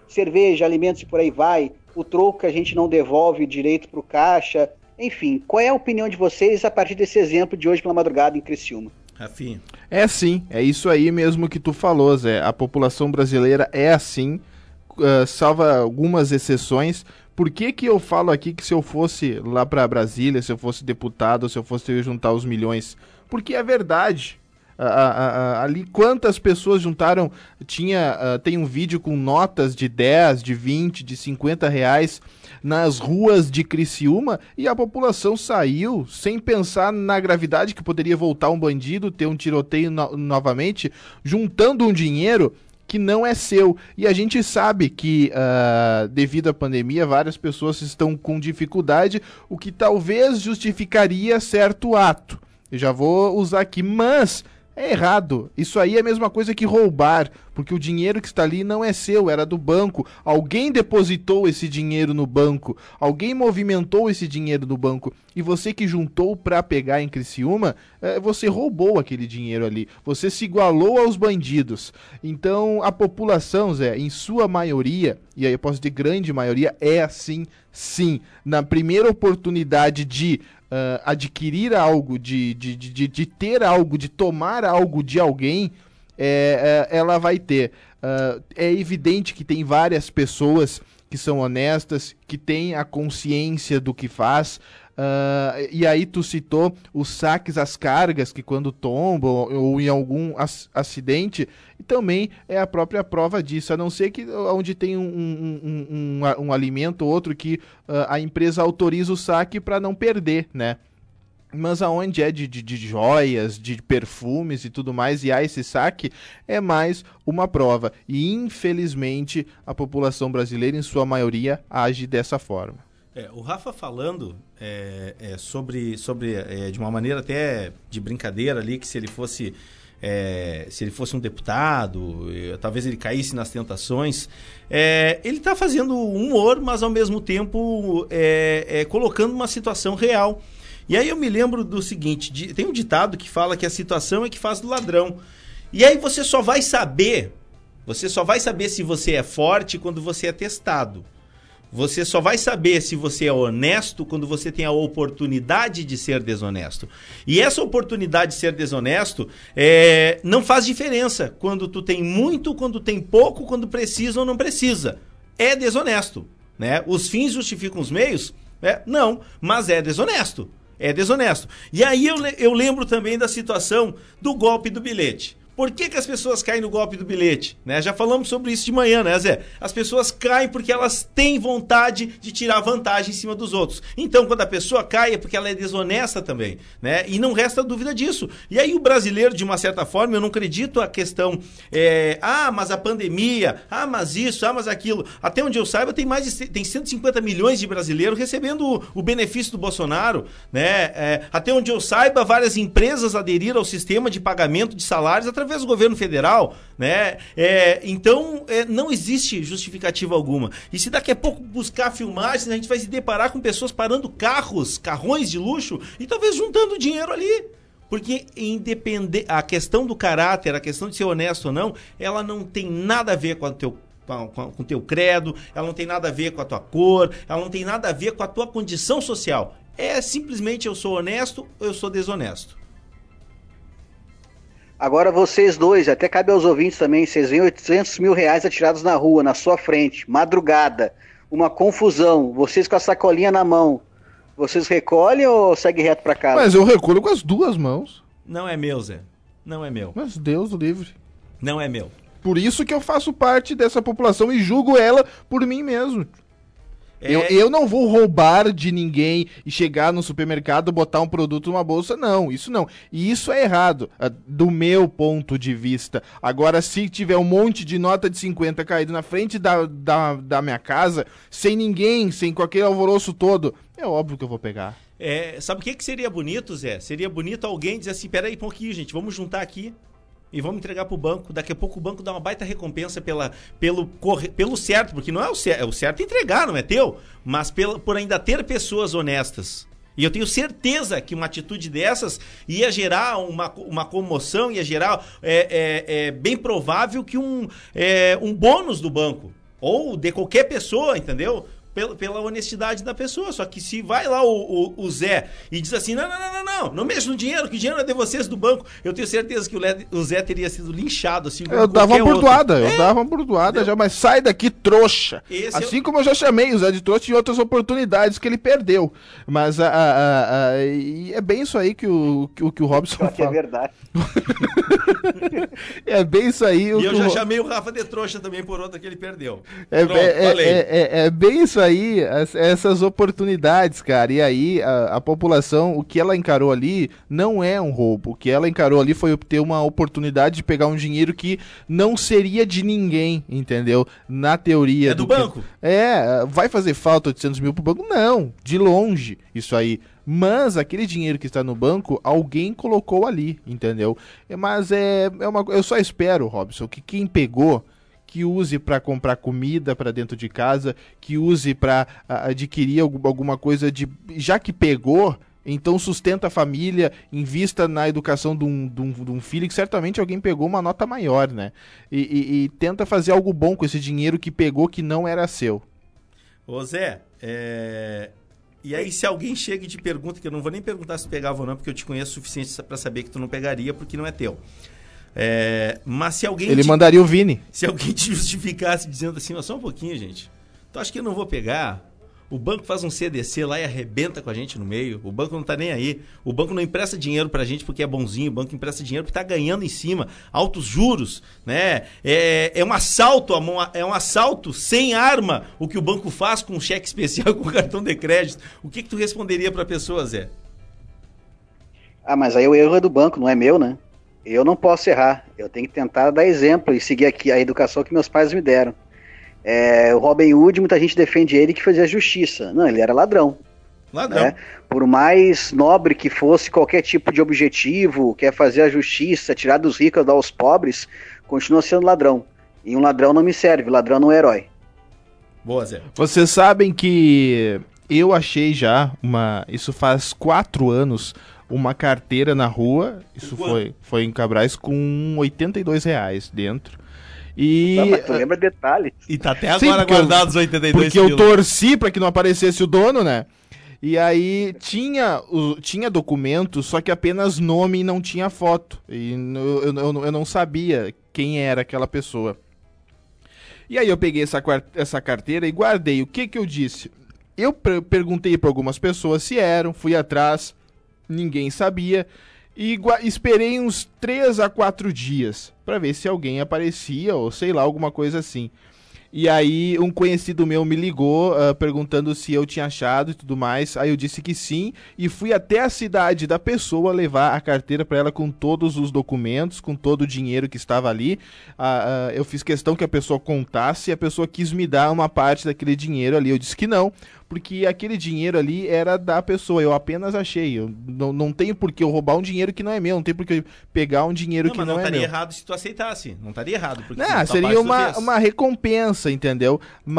cerveja, alimentos e por aí vai, o troco que a gente não devolve direito para o caixa, enfim, qual é a opinião de vocês a partir desse exemplo de hoje pela madrugada em Criciúma? Rafinha. É sim, é isso aí mesmo que tu falou, Zé. A população brasileira é assim, uh, salva algumas exceções. Por que que eu falo aqui que se eu fosse lá para Brasília, se eu fosse deputado, se eu fosse juntar os milhões? Porque é verdade. Uh, uh, uh, ali quantas pessoas juntaram, tinha, uh, tem um vídeo com notas de dez, de vinte, de cinquenta reais nas ruas de Criciúma e a população saiu sem pensar na gravidade que poderia voltar um bandido, ter um tiroteio no- novamente, juntando um dinheiro que não é seu. E a gente sabe que, uh, devido à pandemia, várias pessoas estão com dificuldade, o que talvez justificaria certo ato. Eu já vou usar aqui, mas é errado. Isso aí é a mesma coisa que roubar, porque o dinheiro que está ali não é seu, era do banco. Alguém depositou esse dinheiro no banco, alguém movimentou esse dinheiro no banco, e você que juntou para pegar em Criciúma, eh, você roubou aquele dinheiro ali, você se igualou aos bandidos. Então a população, Zé, em sua maioria, e aí eu posso dizer grande maioria, é assim sim. Na primeira oportunidade de Uh, adquirir algo, de, de, de, de ter algo, de tomar algo de alguém, é, é, ela vai ter. Uh, é evidente que tem várias pessoas que são honestas, que têm a consciência do que faz. Uh, e aí tu citou os saques às cargas, que quando tombam ou, ou em algum ac- acidente, e também é a própria prova disso, a não ser que onde tem um, um, um, um, um alimento ou outro que uh, a empresa autoriza o saque para não perder, né? Mas aonde é de, de, de joias, de perfumes e tudo mais, e há esse saque, é mais uma prova. E infelizmente a população brasileira, em sua maioria, age dessa forma. É, o Rafa falando é, é, sobre, sobre é, de uma maneira até de brincadeira ali, que se ele fosse, é, se ele fosse um deputado, é, talvez ele caísse nas tentações. É, ele está fazendo humor, mas ao mesmo tempo é, é, colocando uma situação real. E aí eu me lembro do seguinte, de, tem um ditado que fala que a situação é que faz do ladrão. E aí você só vai saber, você só vai saber se você é forte quando você é testado. Você só vai saber se você é honesto quando você tem a oportunidade de ser desonesto. E essa oportunidade de ser desonesto é, não faz diferença quando tu tem muito, quando tem pouco, quando precisa ou não precisa. É desonesto, né? Os fins justificam os meios? É, não, mas é desonesto. É desonesto. E aí eu, eu lembro também da situação do golpe do bilhete. Por que que as pessoas caem no golpe do bilhete? Né? Já falamos sobre isso de manhã, né, Zé? As pessoas caem porque elas têm vontade de tirar vantagem em cima dos outros. Então, quando a pessoa cai é porque ela é desonesta também, né? E não resta dúvida disso. E aí o brasileiro, de uma certa forma, eu não acredito a questão, é, ah, mas a pandemia, ah, mas isso, ah, mas aquilo. Até onde eu saiba, tem mais de tem cento e cinquenta milhões de brasileiros recebendo o, o benefício do Bolsonaro, né? É, até onde eu saiba, várias empresas aderiram ao sistema de pagamento de salários através do governo federal, né? É, então, é, não existe justificativa alguma. E se daqui a pouco buscar filmagens, a gente vai se deparar com pessoas parando carros, carrões de luxo e talvez juntando dinheiro ali. Porque independente, a questão do caráter, a questão de ser honesto ou não, ela não tem nada a ver com o teu com o teu credo, ela não tem nada a ver com a tua cor, ela não tem nada a ver com a tua condição social. É simplesmente eu sou honesto ou eu sou desonesto. Agora vocês dois, até cabe aos ouvintes também, vocês veem oitocentos mil reais atirados na rua, na sua frente, madrugada, uma confusão, vocês com a sacolinha na mão, vocês recolhem ou seguem reto pra casa? Mas eu recolho com as duas mãos. Não é meu, Zé. Não é meu. Mas Deus o livre. Não é meu. Por isso que eu faço parte dessa população e julgo ela por mim mesmo. É... Eu, eu não vou roubar de ninguém e chegar no supermercado, botar um produto numa bolsa, não, isso não. E isso é errado, do meu ponto de vista. Agora, se tiver um monte de nota de cinquenta caído na frente da, da, da minha casa, sem ninguém, sem com aquele alvoroço todo, é óbvio que eu vou pegar. É, sabe o que, que seria bonito, Zé? Seria bonito alguém dizer assim, peraí um pouquinho, gente, vamos juntar aqui e vamos entregar pro banco. Daqui a pouco o banco dá uma baita recompensa pela, pelo, corre, pelo certo, porque não é o certo, é o certo é entregar, não é teu, mas pela, por ainda ter pessoas honestas. E eu tenho certeza que uma atitude dessas ia gerar uma, uma comoção, ia gerar, é, é, é bem provável que um, é, um bônus do banco. Ou de qualquer pessoa, entendeu? Pela, pela honestidade da pessoa. Só que se vai lá o, o, o Zé e diz assim, não, não, não, não, não, não mexa no dinheiro, que o dinheiro é de vocês do banco, eu tenho certeza que o, Le, o Zé teria sido linchado, assim, Eu dava uma bordoada, eu é. dava uma bordoada já, mas sai daqui, trouxa. Esse assim eu... como eu já chamei o Zé de trouxa em outras oportunidades que ele perdeu. Mas a, a, a, a, e é bem isso aí que o, que, que o Robson fala. Que é verdade. É bem isso aí. O e eu que já o... chamei o Rafa de trouxa também por outra que ele perdeu. É, Pronto, é, falei. É, é, é bem isso aí, as, essas oportunidades, cara. E aí a, a população, o que ela encarou ali não é um roubo. O que ela encarou ali foi obter uma oportunidade de pegar um dinheiro que não seria de ninguém, entendeu? Na teoria. É do, do banco? Que, é, vai fazer falta oitocentos mil pro banco? Não, de longe isso aí. Mas aquele dinheiro que está no banco, alguém colocou ali, entendeu? Mas é, é uma, eu só espero, Robson, que quem pegou, que use para comprar comida para dentro de casa, que use para adquirir alguma coisa de... Já que pegou, então sustenta a família, invista na educação de um, de um, de um filho, que certamente alguém pegou uma nota maior, né? E, e, e tenta fazer algo bom com esse dinheiro que pegou que não era seu. Ô Zé, é... E aí, se alguém chega e te pergunta, que eu não vou nem perguntar se pegava ou não, porque eu te conheço o suficiente para saber que tu não pegaria, porque não é teu. É, mas se alguém... Ele te, mandaria o Vini. Se alguém te justificasse dizendo assim, mas só um pouquinho, gente. Tu acha que eu não vou pegar? O banco faz um C D C lá e arrebenta com a gente no meio. O banco não tá nem aí. O banco não empresta dinheiro pra gente porque é bonzinho. O banco empresta dinheiro porque tá ganhando em cima. Altos juros, né? É, é um assalto, é um assalto sem arma o que o banco faz com cheque especial e com cartão de crédito. O que que tu responderia pra pessoa, Zé? Ah, mas aí o erro é do banco, não é meu, né? Eu não posso errar. Eu tenho que tentar dar exemplo e seguir aqui a educação que meus pais me deram. É, o Robin Hood, muita gente defende ele que fazia justiça. Não, ele era ladrão. Ladrão. Né? Por mais nobre que fosse qualquer tipo de objetivo, quer fazer a justiça, tirar dos ricos e dar aos pobres, continua sendo ladrão. E um ladrão não me serve, ladrão não é herói. Boa, Zé. Vocês sabem que eu achei já, uma, isso faz quatro anos, uma carteira na rua, isso foi, foi em Cabrais, com oitenta e dois reais dentro. E tá, mas tu lembra detalhes. E tá até agora guardado os oitenta e dois Porque eu torci pra que não aparecesse o dono, né? E aí tinha, o, tinha documento, só que apenas nome e não tinha foto. E eu, eu, eu, eu não sabia quem era aquela pessoa. E aí eu peguei essa, essa carteira e guardei. O que que eu disse? Eu perguntei pra algumas pessoas se eram, fui atrás, ninguém sabia. E esperei uns três a quatro dias para ver se alguém aparecia ou sei lá, alguma coisa assim. E aí um conhecido meu me ligou uh, perguntando se eu tinha achado e tudo mais. Aí eu disse que sim e fui até a cidade da pessoa levar a carteira para ela com todos os documentos, com todo o dinheiro que estava ali. Uh, uh, eu fiz questão que a pessoa contasse e a pessoa quis me dar uma parte daquele dinheiro ali. Eu disse que não, porque aquele dinheiro ali era da pessoa, eu apenas achei. Eu não, não tenho por que eu roubar um dinheiro que não é meu, não tem por que eu pegar um dinheiro não, que não, não é meu. Não, mas não estaria errado se tu aceitasse, não estaria errado. Porque não, seria uma, uma recompensa, entendeu?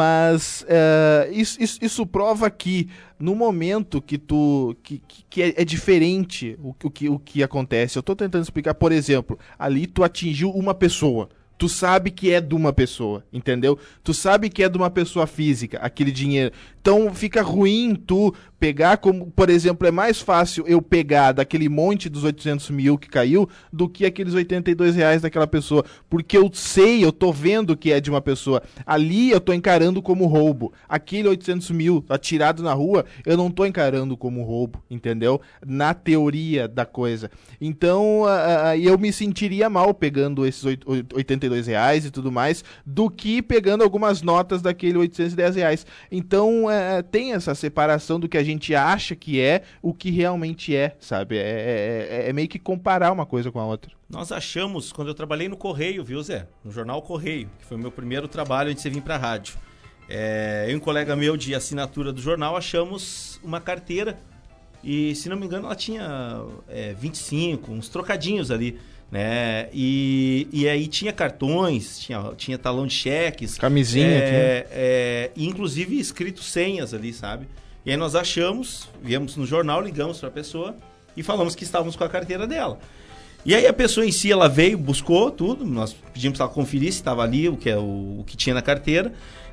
Mas uh, isso, isso, isso prova que no momento que tu que, que é, é diferente o, o, que, o que acontece. Eu tô tentando explicar, por exemplo, ali tu atingiu uma pessoa. Tu sabe que é de uma pessoa, entendeu? Tu sabe que é de uma pessoa física, aquele dinheiro. Então fica ruim tu pegar como, por exemplo, é mais fácil eu pegar daquele monte dos oitocentos mil que caiu do que aqueles oitenta e dois reais daquela pessoa. Porque eu sei, eu tô vendo que é de uma pessoa. Ali eu tô encarando como roubo. Aquele oitocentos mil atirado na rua, eu não tô encarando como roubo, entendeu? Na teoria da coisa. Então uh, uh, eu me sentiria mal pegando esses oitenta e dois reais e tudo mais, do que pegando algumas notas daquele oitocentos e dez reais. Então é, tem essa separação do que a gente acha que é, o que realmente é, sabe? É, é, é meio que comparar uma coisa com a outra. Nós achamos, quando eu trabalhei no Correio, viu, Zé? No jornal Correio, que foi o meu primeiro trabalho antes de vir pra rádio. É, eu e um colega meu de assinatura do jornal achamos uma carteira e, se não me engano, ela tinha é, vinte e cinco, uns trocadinhos ali, né? E, e aí tinha cartões, tinha, tinha talão de cheques, camisinha, é, é, e inclusive escrito senhas ali, sabe? E aí nós achamos, viemos no jornal, ligamos para a pessoa e falamos que estávamos com a carteira dela. E aí a pessoa em si, ela veio, buscou tudo, nós pedimos para ela conferir se estava ali o que, é o, o que tinha na carteira.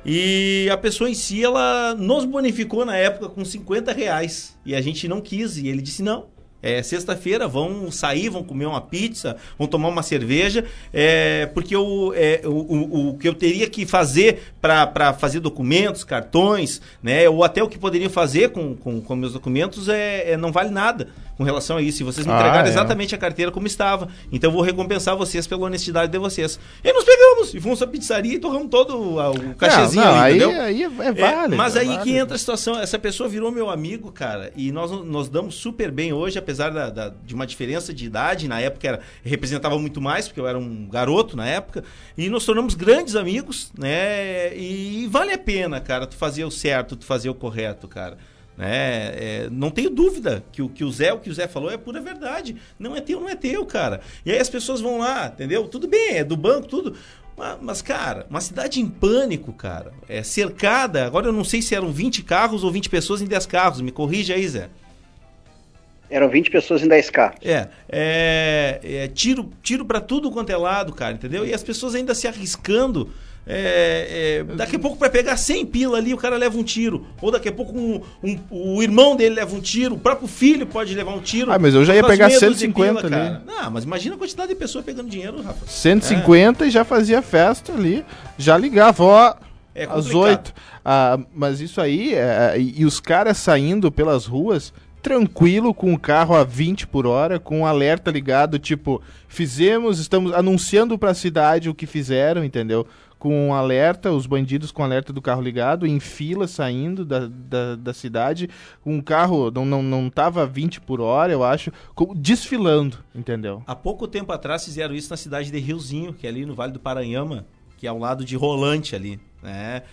E a pessoa em si, ela nos bonificou na época com cinquenta reais. E a gente não quis, e ele disse não. É, sexta-feira vão sair, vão comer uma pizza, vão tomar uma cerveja, é, porque eu, é, o, o, o que eu teria que fazer para fazer documentos, cartões, né, ou até o que poderiam fazer com, com, com meus documentos é, é, não vale nada com relação a isso. E vocês me entregaram ah, é. exatamente a carteira como estava. Então eu vou recompensar vocês pela honestidade de vocês. E aí nós pegamos e fomos à pizzaria e torramos todo o cachezinho, não, não, ali, entendeu? Aí, aí é válido. É, mas aí é válido. que entra a situação. Essa pessoa virou meu amigo, cara, e nós nos damos super bem hoje, apesar da, da, de uma diferença de idade. Na época era, representava muito mais, porque eu era um garoto na época, e nos tornamos grandes amigos, né? E, e vale a pena, cara, tu fazer o certo, tu fazer o correto, cara. É, é, não tenho dúvida que o que o Zé, o que o Zé falou é pura verdade. Não é teu, não é teu, cara. E aí as pessoas vão lá, entendeu? Tudo bem, é do banco, tudo. Mas, mas, cara, uma cidade em pânico, cara. É cercada. Agora eu não sei se eram vinte carros ou vinte pessoas em dez carros. Me corrija aí, Zé. Eram vinte pessoas em dez carros. É, é, é tiro, tiro pra tudo quanto é lado, cara, entendeu? E as pessoas ainda se arriscando. É, é, daqui a pouco para pegar cem pila ali o cara leva um tiro, ou daqui a pouco um, um, o irmão dele leva um tiro, o próprio filho pode levar um tiro. Ah, mas eu já ia pegar cento e cinquenta pila, ali. Não, mas imagina a quantidade de pessoas pegando dinheiro, Rafa. cento e cinquenta é. E já fazia festa ali, já ligava, ó, é às oito. Ah, mas isso aí, é, e, e os caras saindo pelas ruas tranquilo, com o carro a vinte por hora, com um alerta ligado, tipo, fizemos, estamos anunciando pra cidade o que fizeram, entendeu? Com um alerta, os bandidos com alerta do carro ligado, em fila, saindo da, da, da cidade, um carro não, não, não tava vinte por hora, eu acho, com, desfilando, entendeu? Há pouco tempo atrás fizeram isso na cidade de Riozinho, que é ali no Vale do Paranhama, que é ao lado de Rolante ali, né?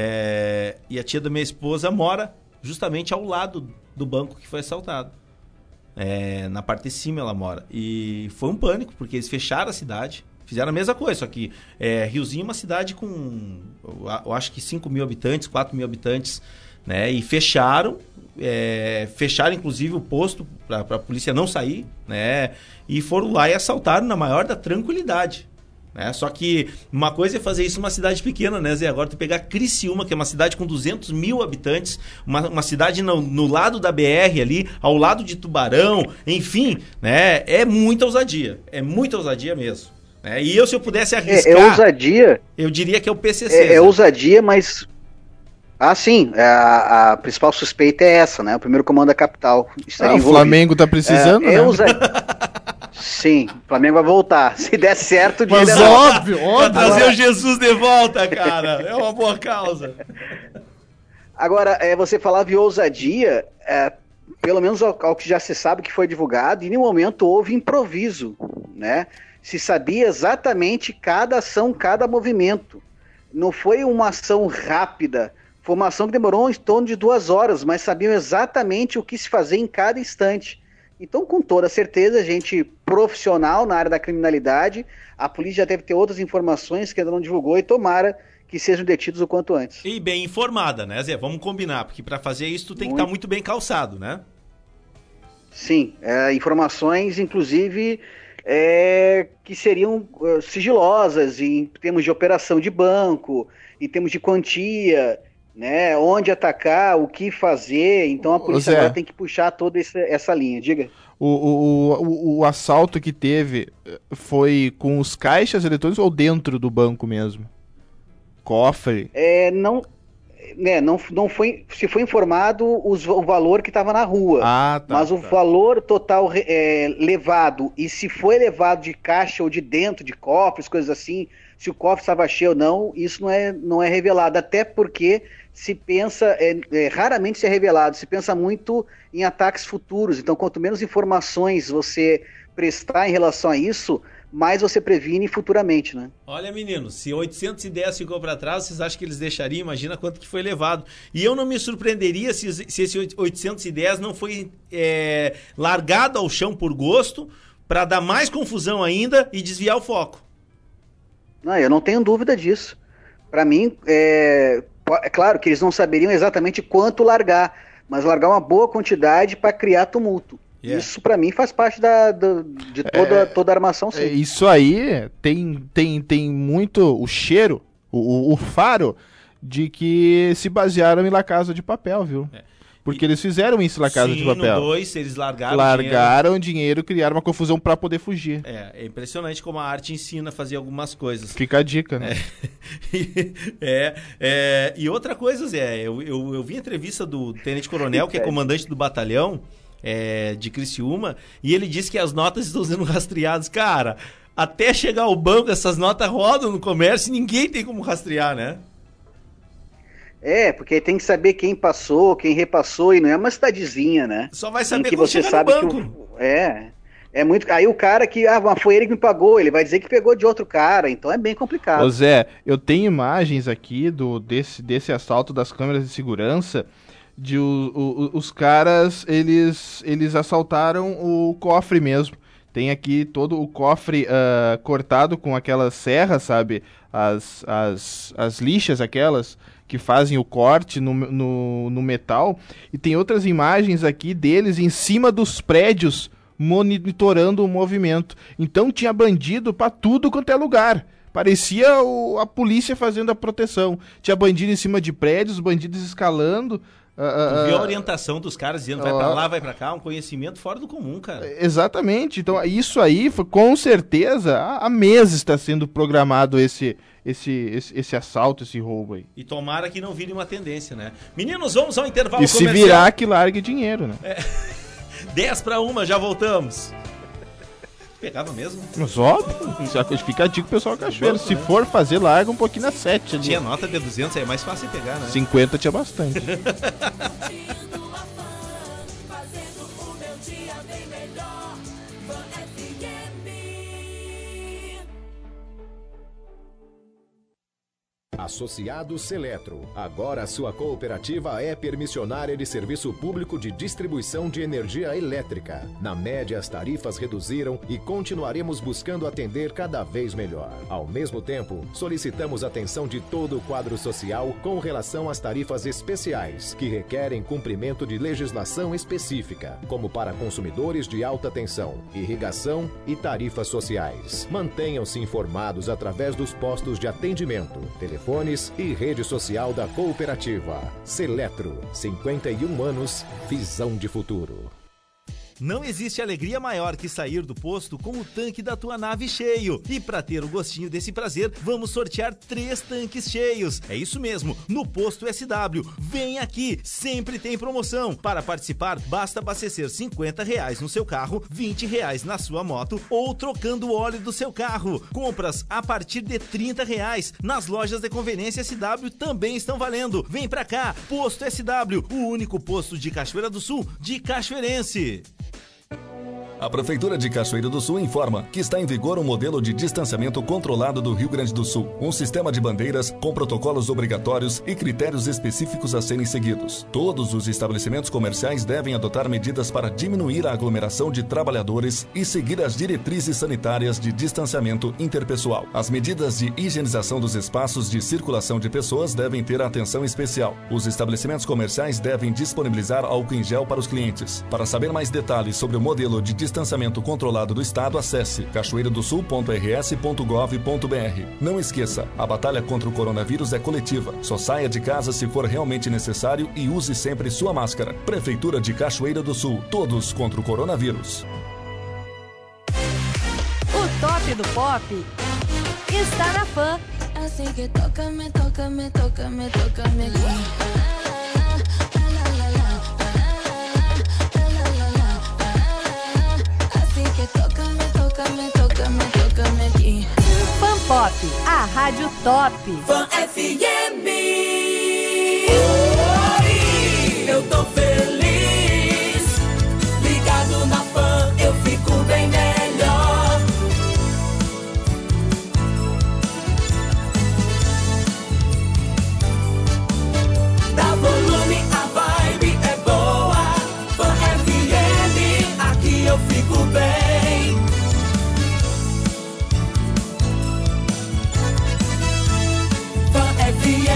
É, e a tia da minha esposa mora justamente ao lado do banco que foi assaltado. É, na parte de cima ela mora. E foi um pânico, porque eles fecharam a cidade. Fizeram a mesma coisa, só que é, Riozinho é uma cidade com, eu acho que cinco mil habitantes, quatro mil habitantes, né? E fecharam, é, fecharam inclusive o posto para a polícia não sair, né? E foram lá e assaltaram na maior da tranquilidade. Né? Só que uma coisa é fazer isso numa cidade pequena, né, Zé? Agora tu pegar Criciúma, que é uma cidade com duzentos mil habitantes, uma, uma cidade no, no lado da B R ali, ao lado de Tubarão, enfim, né? É muita ousadia, é muita ousadia mesmo. É, e eu, se eu pudesse arriscar... É, é ousadia. Eu diria que é o P C C. É, é ousadia, mas... Ah, sim. A, a principal suspeita é essa, né? O primeiro comando da capital. Ah, o Flamengo tá precisando, é, né? É ousadia. Sim, o Flamengo vai voltar. Se der certo... Mas dia óbvio, óbvio. Vai trazer o Jesus de volta, cara. É uma boa causa. Agora, é, você falava em ousadia... É, pelo menos ao, ao que já se sabe que foi divulgado, e em nenhum momento houve improviso, né? Se sabia exatamente cada ação, cada movimento. Não foi uma ação rápida, foi uma ação que demorou em torno de duas horas, mas sabiam exatamente o que se fazer em cada instante. Então, com toda certeza, a gente profissional na área da criminalidade, a polícia já deve ter outras informações que ainda não divulgou e tomara que sejam detidos o quanto antes. E bem informada, né, Zé? Vamos combinar, porque para fazer isso tu tem muito. que estar muito bem calçado, né? Sim, é, informações, inclusive... É, que seriam uh, sigilosas em termos de operação de banco, em termos de quantia, né, onde atacar, o que fazer. Então a polícia agora tem que puxar toda essa, essa linha. Diga. O, o, o, o assalto que teve foi com os caixas eletrônicos ou dentro do banco mesmo? Cofre? É, não... Né, não, não foi, se foi informado os, o valor que estava na rua, ah, tá, mas o tá. valor total é, levado, e se foi levado de caixa ou de dentro, de cofres, coisas assim, se o cofre estava cheio ou não, isso não é, não é revelado, até porque se pensa, é, é, raramente se é revelado, se pensa muito em ataques futuros, então quanto menos informações você prestar em relação a isso, mais você previne futuramente, né? Olha, menino, se oitocentos e dez ficou para trás, vocês acham que eles deixariam? Imagina quanto que foi levado. E eu não me surpreenderia se, se esse oitocentos e dez não foi é, largado ao chão por gosto, para dar mais confusão ainda e desviar o foco. Não, eu não tenho dúvida disso. Para mim, é, é claro que eles não saberiam exatamente quanto largar, mas largar uma boa quantidade para criar tumulto. Yeah. Isso, pra mim, faz parte da, do- de toda, É, toda a armação, sim. É, Isso aí tem, tem, tem muito o cheiro, o, o, o faro de que se basearam em La Casa de Papel, viu? Porque eles fizeram isso em La Casa Sim, de Papel. no dois, eles largaram, Largaram o dinheiro, criaram uma confusão pra poder fugir. dinheiro. É, é impressionante como a arte ensina a fazer algumas coisas. Fica a dica, né? É, é, e outra coisa, Zé, eu, eu, eu vi a entrevista do Tenente Coronel, que é comandante do batalhão é, de Criciúma, e ele disse que as notas estão sendo rastreadas. Cara, até chegar ao banco, essas notas rodam no comércio e ninguém tem como rastrear, né? É, porque tem que saber quem passou, quem repassou, e não é uma cidadezinha, né? Só vai Em saber que quando você chegar sabe no que banco. o, é, é muito. Aí o cara que, ah, mas foi ele que me pagou, ele vai dizer que pegou de outro cara, então é bem complicado. Ô Zé, eu tenho imagens aqui do, desse, desse assalto das câmeras de segurança, de o- o- os caras, eles, eles assaltaram o cofre mesmo. Tem aqui todo o cofre ah, cortado com aquelas serras, sabe? As, as, as lixas aquelas que fazem o corte no, no, no metal. E tem outras imagens aqui deles em cima dos prédios monitorando o movimento. Então tinha bandido pra tudo quanto é lugar. Parecia o- a polícia fazendo a proteção. Tinha bandido em cima de prédios, bandidos escalando. ah, Tu viu a ah, orientação dos caras dizendo vai ó. pra lá, vai pra cá, um conhecimento fora do comum, cara. Exatamente. Então, isso aí, foi- com certeza, há há meses está sendo programado esse, esse, esse, esse assalto, esse roubo aí. E tomara que não vire uma tendência, né? Meninos, vamos ao intervalo E se comercial. virar, que largue dinheiro, né? dez para uma, já voltamos. Pegava mesmo? Mas óbvio, já fica a dica pro pessoal cachoeiro. Se for fazer, larga um pouquinho na sete ali. Tinha nota de duzentos, aí é mais fácil de pegar, né? cinquenta tinha bastante. Associado Seletro. Agora sua cooperativa é permissionária de serviço público de distribuição de energia elétrica. Na média, as tarifas reduziram e continuaremos buscando atender cada vez melhor. Ao mesmo tempo, solicitamos atenção de todo o quadro social com relação às tarifas especiais, que requerem cumprimento de legislação específica, como para consumidores de alta tensão, irrigação e tarifas sociais. Mantenham-se informados através dos postos de atendimento, telefones e rede social da cooperativa. Seletro, cinquenta e um anos, visão de futuro. Não existe alegria maior que sair do posto com o tanque da tua nave cheio. E para ter o gostinho desse prazer, vamos sortear três tanques cheios. É isso mesmo, no Posto S W. Vem aqui, sempre tem promoção. Para participar, basta abastecer cinquenta reais no seu carro, vinte reais na sua moto ou trocando o óleo do seu carro. Compras a partir de trinta reais. Nas lojas de conveniência S W também estão valendo. Vem pra cá, Posto S W, o único posto de Cachoeira do Sul de cachoeirense. A Prefeitura de Cachoeira do Sul informa que está em vigor um modelo de distanciamento controlado do Rio Grande do Sul, um sistema de bandeiras com protocolos obrigatórios e critérios específicos a serem seguidos. Todos os estabelecimentos comerciais devem adotar medidas para diminuir a aglomeração de trabalhadores e seguir as diretrizes sanitárias de distanciamento interpessoal. As medidas de higienização dos espaços de circulação de pessoas devem ter atenção especial. Os estabelecimentos comerciais devem disponibilizar álcool em gel para os clientes. Para saber mais detalhes sobre o modelo de distanciamento controlado do Estado, acesse cachoeira do sul ponto r s ponto gov ponto b r. Não esqueça, a batalha contra o coronavírus é coletiva. Só saia de casa se for realmente necessário e use sempre sua máscara. Prefeitura de Cachoeira do Sul, todos contra o coronavírus. O top do pop está na Fã. Así que tócame, tócame, tócame, tócame aquí. Fã Pop, a rádio top. Fã F M. Oi, eu tô feliz. Ligado na Fã, eu fico bem melhor. Dá volume, a vibe é boa. Fã F M, aqui eu fico bem. F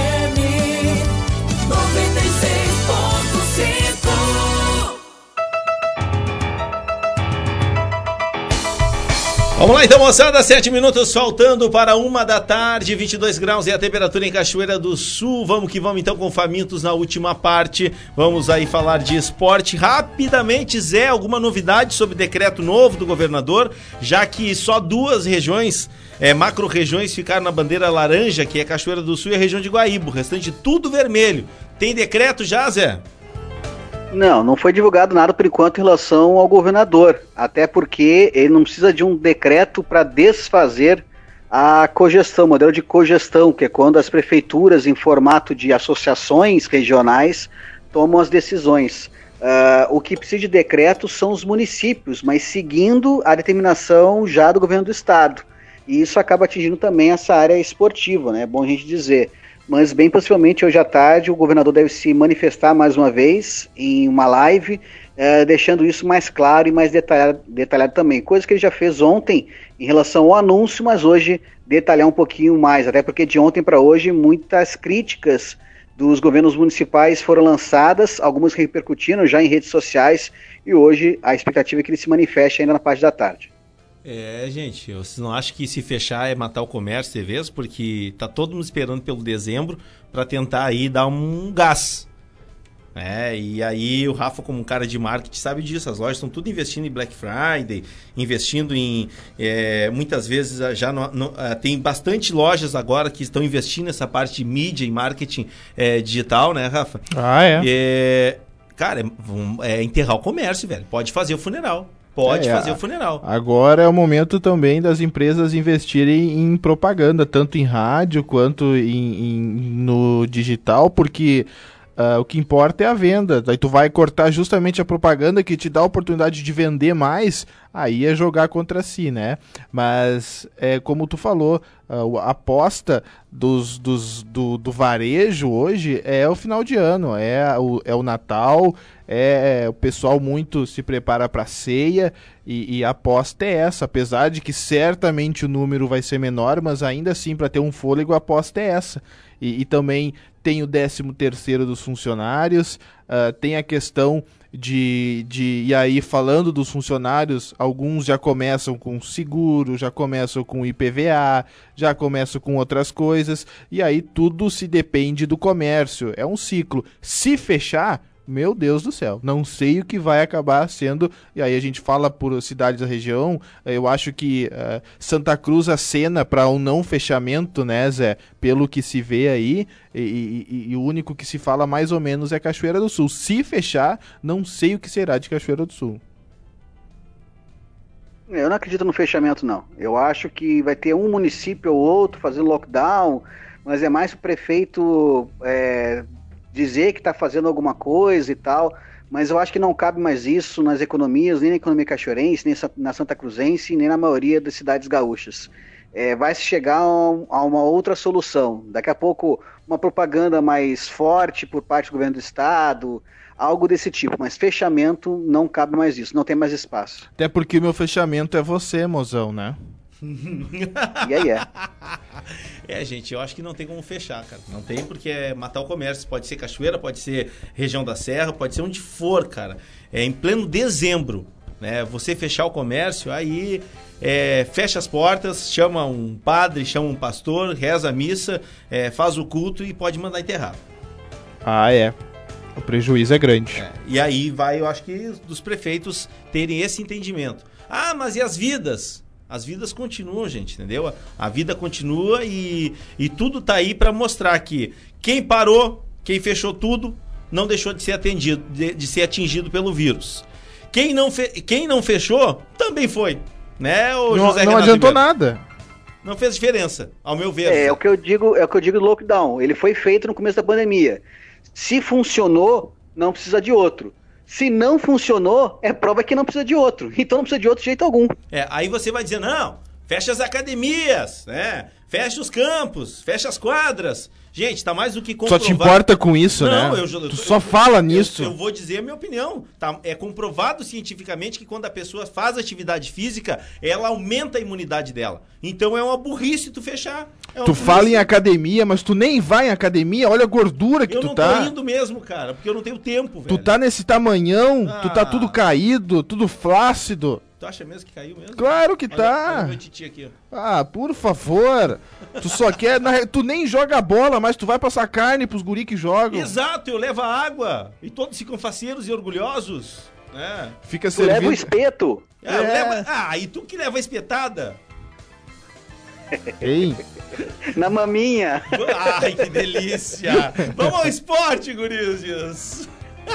Vamos lá então, moçada, sete minutos faltando para uma da tarde, vinte e dois graus é a temperatura em Cachoeira do Sul. Vamos que vamos então com Famintos na última parte. Vamos aí falar de esporte rapidamente. Zé, alguma novidade sobre o decreto novo do governador, já que só duas regiões, é, macro-regiões ficaram na bandeira laranja, que é Cachoeira do Sul e a região de Guaíba, o restante tudo vermelho. Tem decreto já, Zé? Não, não foi divulgado nada por enquanto em relação ao governador, até porque ele não precisa de um decreto para desfazer a cogestão, o modelo de cogestão, que é quando as prefeituras, em formato de associações regionais, tomam as decisões. Uh, o que precisa de decreto são os municípios, mas seguindo a determinação já do governo do estado. E isso acaba atingindo também essa área esportiva, né? É bom a gente dizer. Mas bem possivelmente hoje à tarde o governador deve se manifestar mais uma vez em uma live, eh, deixando isso mais claro e mais detalhado, detalhado também. Coisa que ele já fez ontem em relação ao anúncio, mas hoje detalhar um pouquinho mais, até porque de ontem para hoje muitas críticas dos governos municipais foram lançadas, algumas repercutindo já em redes sociais, e hoje a expectativa é que ele se manifeste ainda na parte da tarde. É, gente, vocês não acham que se fechar é matar o comércio de vez? Porque tá todo mundo esperando pelo dezembro para tentar aí dar um gás. É, e aí o Rafa, como um cara de marketing, sabe disso. As lojas estão tudo investindo em Black Friday, investindo em... É, muitas vezes já no, no, tem bastante lojas agora que estão investindo nessa parte de mídia e marketing é, digital, né, Rafa? Ah, é? é cara, é, é enterrar o comércio, velho. Pode fazer o funeral. Pode é, fazer o funeral. Agora é o momento também das empresas investirem em propaganda, tanto em rádio quanto em, em, no digital, porque uh, o que importa é a venda. Daí tu vai cortar justamente a propaganda que te dá a oportunidade de vender mais, aí é jogar contra si, né? Mas, é, como tu falou, a aposta dos, dos, do, do varejo hoje é o final de ano, é o, é o Natal, é, é o pessoal muito se prepara para ceia e, e a aposta é essa, apesar de que certamente o número vai ser menor, mas ainda assim para ter um fôlego a aposta é essa. E, e também tem o décimo terceiro dos funcionários, uh, tem a questão de, de... E aí, falando dos funcionários, alguns já começam com seguro, já começam com I P V A, já começam com outras coisas, e aí tudo se depende do comércio. É um ciclo. Se fechar, meu Deus do céu, não sei o que vai acabar sendo, e aí a gente fala por cidades da região, eu acho que uh, Santa Cruz acena para um não fechamento, né, Zé, pelo que se vê aí, e, e, e o único que se fala mais ou menos é Cachoeira do Sul. Se fechar, não sei o que será de Cachoeira do Sul. Eu não acredito no fechamento, não. Eu acho que vai ter um município ou outro fazendo lockdown, mas é mais o prefeito... É... dizer que está fazendo alguma coisa e tal, mas eu acho que não cabe mais isso nas economias, nem na economia cachoeirense, nem na Santa Cruzense, nem na maioria das cidades gaúchas. É, vai se chegar a uma outra solução. Daqui a pouco, uma propaganda mais forte por parte do governo do estado, algo desse tipo, mas fechamento não cabe mais isso, não tem mais espaço. Até porque o meu fechamento é você, mozão, né? E aí é. É, gente, eu acho que não tem como fechar, cara. Não tem, porque é matar o comércio. Pode ser Cachoeira, pode ser região da Serra, pode ser onde for, cara. É em pleno dezembro, né? Você fechar o comércio, aí é, fecha as portas, chama um padre, chama um pastor, reza a missa, é, faz o culto e pode mandar enterrar. Ah, é. O prejuízo é grande. É, e aí vai, eu acho que dos prefeitos terem esse entendimento. Ah, mas e as vidas? As vidas continuam, gente, entendeu? A vida continua e, e tudo tá aí para mostrar que quem parou, quem fechou tudo, não deixou de ser atendido, de, de ser atingido pelo vírus. Quem não, fe, quem não fechou, também foi, né? O não José não adiantou nada. Não fez diferença, ao meu ver. É, é o que eu digo, é o que eu digo do lockdown. Ele foi feito no começo da pandemia. Se funcionou, não precisa de outro. Se não funcionou, é prova que não precisa de outro. Então não precisa de outro de jeito algum. É, aí você vai dizer, não, fecha as academias, né? Fecha os campos, fecha as quadras. Gente, tá mais do que comprovado. Só te importa com isso, não, né? Eu, eu, tu só fala eu, nisso. Eu, eu vou dizer a minha opinião. Tá? É comprovado cientificamente que quando a pessoa faz atividade física, ela aumenta a imunidade dela. Então é uma burrice tu fechar. É tu fala em academia, mas tu nem vai em academia. Olha a gordura que eu tu não tá. tô indo mesmo, cara, porque eu não tenho tempo, velho. Tu tá nesse tamanhão, Ah. tu tá tudo caído, tudo flácido. Tu acha mesmo que caiu mesmo? Claro que olha, tá. Olha meu titi aqui, ó. Ah, por favor. Tu só quer... na- Tu nem joga bola, mas tu vai passar carne pros guri que jogam. Exato, eu levo a água. E todos ficam faceiros e orgulhosos. Né? Fica Tu leva o servindo... espeto. É, eu É. levo- Ah, e tu que leva a espetada? Ei, Na maminha. Ai, que delícia! Vamos ao esporte, gurizes!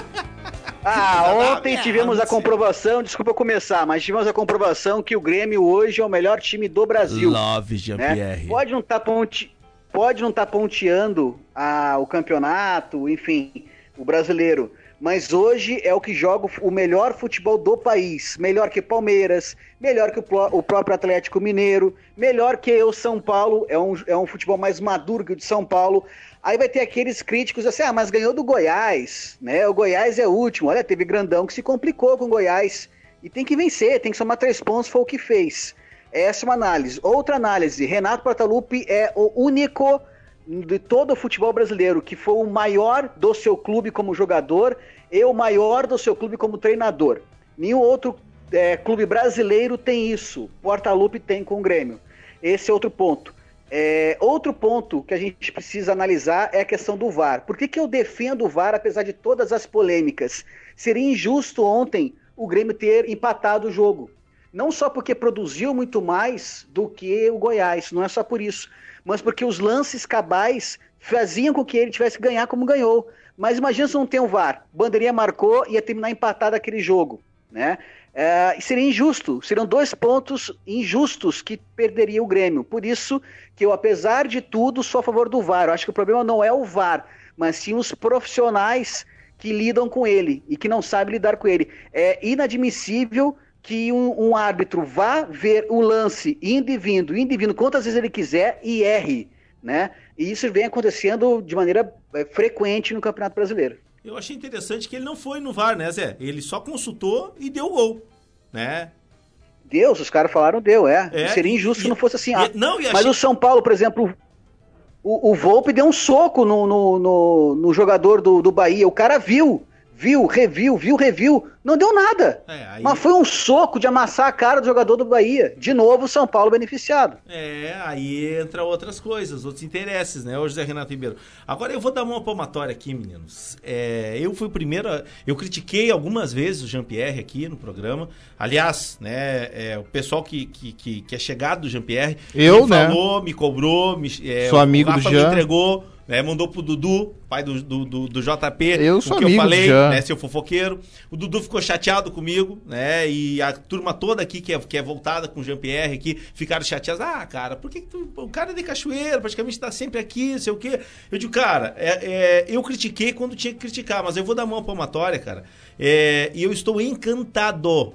Ah, ontem merda. tivemos a comprovação, desculpa eu começar, mas tivemos a comprovação que o Grêmio hoje é o melhor time do Brasil. Love, né? Jean-Pierre. Pode não estar ponte... Pode não estar ponteando a, o campeonato, enfim, o brasileiro, mas hoje é o que joga o melhor futebol do país, melhor que Palmeiras, melhor que o, plo- o próprio Atlético Mineiro, melhor que o São Paulo, é um, é um futebol mais maduro que o de São Paulo. Aí vai ter aqueles críticos assim, ah, mas ganhou do Goiás, né? O Goiás é o último. Olha, teve Grandão que se complicou com o Goiás. E tem que vencer, tem que somar três pontos, foi o que fez. Essa é uma análise. Outra análise, Renato Portaluppi é o único de todo o futebol brasileiro que foi o maior do seu clube como jogador e o maior do seu clube como treinador. Nenhum outro é, clube brasileiro tem isso. Portaluppi tem com o Grêmio. Esse é outro ponto. É, outro ponto que a gente precisa analisar é a questão do V A R. Por que, que eu defendo o V A R apesar de todas as polêmicas? Seria injusto ontem o Grêmio ter empatado o jogo. Não só porque produziu muito mais do que o Goiás, não é só por isso, mas porque os lances cabais faziam com que ele tivesse que ganhar como ganhou. Mas imagina se não tem o V A R. Bandeirinha marcou e ia terminar empatado aquele jogo, né? É, seria injusto, seriam dois pontos injustos que perderia o Grêmio. Por isso que eu, apesar de tudo, sou a favor do V A R. Eu acho que o problema não é o V A R, mas sim os profissionais que lidam com ele e que não sabem lidar com ele. É inadmissível que um, um árbitro vá ver o lance indo e vindo, indo e vindo, quantas vezes ele quiser e erre, né? E isso vem acontecendo de maneira é, frequente no Campeonato Brasileiro. Eu achei interessante que ele não foi no V A R, né, Zé? Ele só consultou e deu o gol, né? Deus, os caras falaram deu, é. É, Seria injusto e- se não fosse assim. e- Ah, não, e mas achei- o São Paulo, por exemplo, o, o Volpe deu um soco no, no, no, no jogador do, do Bahia. O cara viu, viu, reviu, viu, reviu. Não deu nada. É, aí- Mas foi um soco de amassar a cara do jogador do Bahia. De novo, o São Paulo beneficiado. É, aí entra outras coisas, outros interesses, né, ô José Renato Ribeiro. Agora eu vou dar uma palmatória aqui, meninos. É, eu fui o primeiro, a- eu critiquei algumas vezes o Jean-Pierre aqui no programa. Aliás, né, é, o pessoal que, que, que, que é chegado do Jean-Pierre Eu, me né? falou, me cobrou, me, é, Sou o amigo do Rafa Jean. me entregou, né, mandou pro Dudu, pai do, do, do, do J P, Eu sou o que amigo eu do falei, Jean. né, seu fofoqueiro. O Dudu ficou chateado comigo, né? E a turma toda aqui que é, que é voltada com o Jean-Pierre aqui, ficaram chateados. Ah, cara, por que, que tu, o cara é de Cachoeira, praticamente tá sempre aqui, não sei o quê. Eu digo, cara, é, é, eu critiquei quando tinha que criticar, mas eu vou dar uma palmatória, cara. É, e eu estou encantado.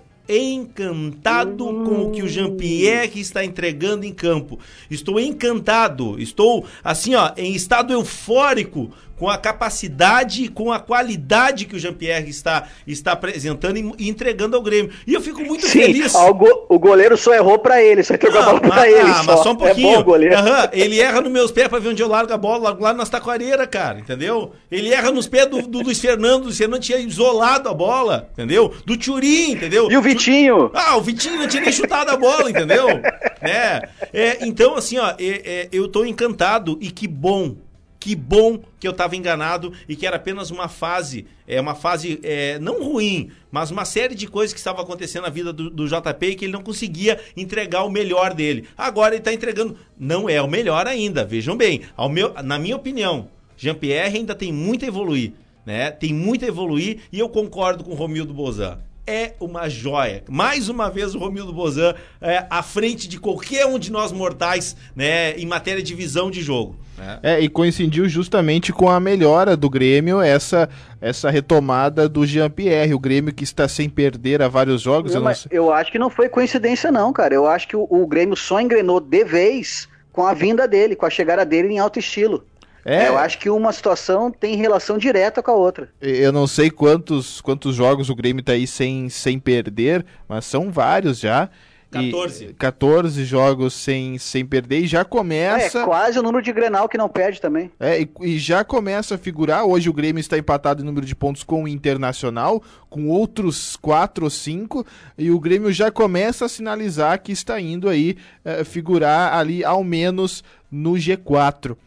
Encantado com o que o Jean-Pierre está entregando em campo. Estou encantado, estou assim, ó, em estado eufórico com a capacidade, com a qualidade que o Jean-Pierre está, está apresentando e, e entregando ao Grêmio. E eu fico muito Sim, feliz. ó, o, go- o goleiro só errou pra ele, só entregou a bola pra mas, ele. ah, mas só um pouquinho. É bom, goleiro. Aham, ele erra nos meus pés pra ver onde eu largo a bola, largo lá nas taquareiras, cara, entendeu? Ele erra nos pés do, do Luiz Fernando, o Luiz Fernando tinha isolado a bola, entendeu? Do Turim, entendeu? E o Vitinho? Ah, o Vitinho não tinha nem chutado a bola, entendeu? É, é, então, assim, ó, é, é, eu tô encantado e que bom. Que bom que eu estava enganado e que era apenas uma fase, é uma fase é, não ruim, mas uma série de coisas que estavam acontecendo na vida do, do J P e que ele não conseguia entregar o melhor dele. Agora ele está entregando, não é o melhor ainda, vejam bem, ao meu, na minha opinião, Jean-Pierre ainda tem muito a evoluir, né? Tem muito a evoluir e eu concordo com o Romildo Bozan. É uma joia. Mais uma vez o Romildo Bozan é, à frente de qualquer um de nós mortais, né, em matéria de visão de jogo. Né? É, e coincidiu justamente com a melhora do Grêmio, essa, essa retomada do Jean-Pierre, o Grêmio que está sem perder há vários jogos. Eu, eu não mas sei- eu acho que não foi coincidência não, cara. Eu acho que o, o Grêmio só engrenou de vez com a vinda dele, com a chegada dele em alto estilo. É. Eu acho que uma situação tem relação direta com a outra. Eu não sei quantos, quantos jogos o Grêmio está aí sem, sem perder, mas são vários já. quatorze. E quatorze jogos sem, sem perder e já começa... É, quase o número de Grenal que não perde também. É, e, e já começa a figurar. Hoje o Grêmio está empatado em número de pontos com o Internacional, com outros quatro ou cinco, e o Grêmio já começa a sinalizar que está indo aí uh, figurar ali ao menos no G quatro.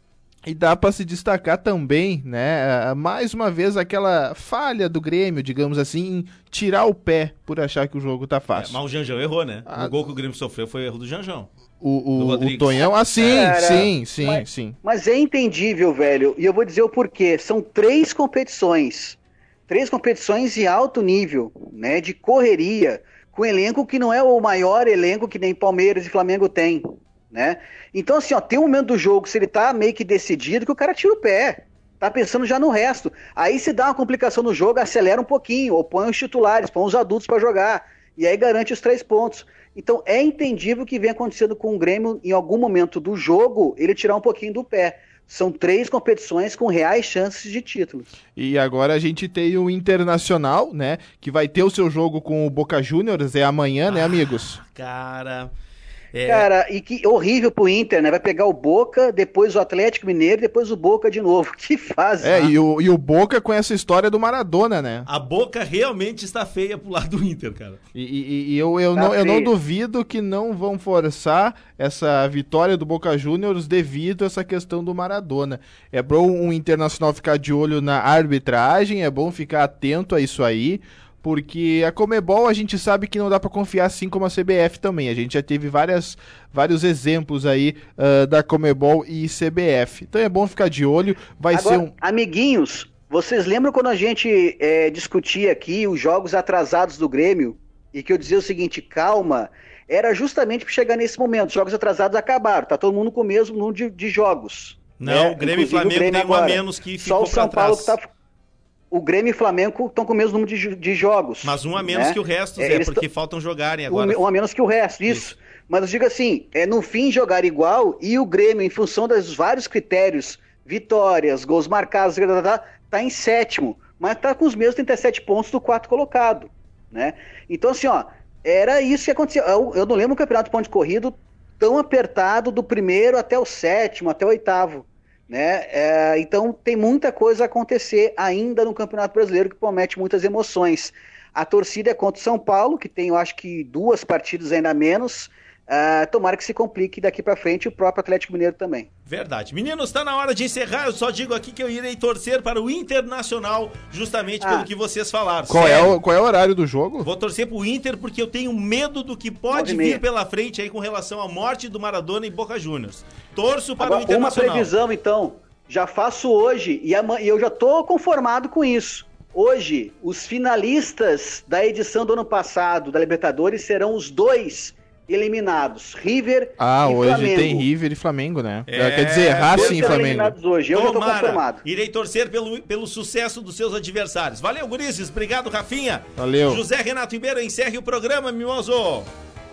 E dá para se destacar também, né, mais uma vez aquela falha do Grêmio, digamos assim, em tirar o pé por achar que o jogo tá fácil. É, mas o Janjão errou, né? Ah, o gol que o Grêmio sofreu foi erro do Janjão. O, o, o Tonhão, ah, sim, Cara, sim, sim, mas, sim. Mas é entendível, velho, e eu vou dizer o porquê. São três competições, três competições de alto nível, né, de correria, com elenco que não é o maior elenco que nem Palmeiras e Flamengo tem, né? Então, assim, ó, tem um momento do jogo, se ele tá meio que decidido, que o cara tira o pé. Tá pensando já no resto. Aí se dá uma complicação no jogo, acelera um pouquinho, ou põe os titulares, põe os adultos para jogar. E aí garante os três pontos. Então é entendível que vem acontecendo com o Grêmio, em algum momento do jogo, ele tirar um pouquinho do pé. São três competições com reais chances de títulos. E agora a gente tem o Internacional, né? Que vai ter o seu jogo com o Boca Juniors, é amanhã, ah, né, amigos? Cara... É. Cara, e que horrível pro Inter, né? Vai pegar o Boca, depois o Atlético Mineiro, depois o Boca de novo. Que fase. É, né? e o, e o Boca com essa história do Maradona, né? A Boca realmente está feia pro lado do Inter, cara. E, e, e eu, eu, tá não, eu não duvido que não vão forçar essa vitória do Boca Juniors devido a essa questão do Maradona. É bom um Internacional ficar de olho na arbitragem, é bom ficar atento a isso aí. Porque a Comebol a gente sabe que não dá para confiar, assim como a C B F também. A gente já teve várias, vários exemplos aí uh, da Comebol e C B F. Então é bom ficar de olho. Vai Agora, ser um... amiguinhos, vocês lembram quando a gente é, discutia aqui os jogos atrasados do Grêmio? E que eu dizia o seguinte, calma, era justamente para chegar nesse momento. Os jogos atrasados acabaram, tá todo mundo com o mesmo número de, de jogos. Não, né? o Grêmio e Flamengo tem um a menos que ficou Só o São Paulo trás. que tá... O Grêmio e o Flamengo estão com o mesmo número de, de jogos. Mas um a menos né? que o resto, Zé, é, eles porque tão... faltam jogarem agora. Um, um a menos que o resto, isso. isso. Mas eu digo assim, é no fim jogar igual e o Grêmio, em função dos vários critérios, vitórias, gols marcados, tá em sétimo, mas tá com os mesmos trinta e sete pontos do quarto colocado, né? Então assim, ó, era isso que acontecia. Eu, eu não lembro um campeonato de ponto de corrido tão apertado do primeiro até o sétimo, até o oitavo. Né? É, então tem muita coisa a acontecer ainda no Campeonato Brasileiro que promete muitas emoções. A torcida é contra o São Paulo, que tem eu acho que duas partidas ainda a menos. Uh, tomara que se complique daqui pra frente, o próprio Atlético Mineiro também. Verdade. Meninos, está na hora de encerrar. Eu só digo aqui que eu irei torcer para o Internacional, justamente ah. pelo que vocês falaram. Qual é, o, qual é o horário do jogo? Vou torcer pro Inter porque eu tenho medo do que pode vir pela frente aí com relação à morte do Maradona em Boca Juniors. Torço para Agora, o Internacional. Uma previsão, então. Já faço hoje e, amanhã, e eu já tô conformado com isso. Hoje, os finalistas da edição do ano passado da Libertadores serão os dois eliminados, River ah, e hoje Flamengo. Tem River e Flamengo, né? É, Quer dizer, Racing e Flamengo. Eliminados hoje. Eu Tomara. já tô conformado. Irei torcer pelo, pelo sucesso dos seus adversários. Valeu, gurizes. Obrigado, Rafinha. Valeu. José Renato Ribeiro, encerre o programa, mimoso.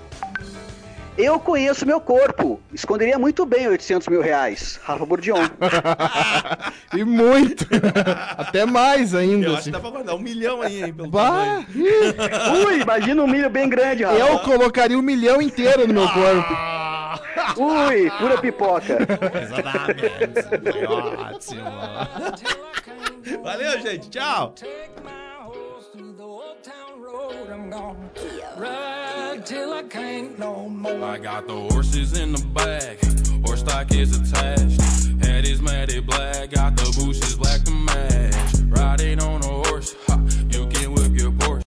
Eu conheço meu corpo. Esconderia muito bem oitocentos mil reais. Rafa Bordion. E muito. Até mais ainda. Eu assim. acho que dá pra guardar um milhão aí, hein? Pelo bah. Ui, imagina um milho bem grande, Rafa. Eu colocaria um milhão inteiro no meu corpo. Ui, pura pipoca. Exatamente. Ótimo. Valeu, gente. Tchau. I'm gonna ride till I can't no more. I got the horses in the back, horse stock is attached. Head is matted black, got the bushes black to match. Riding on a horse,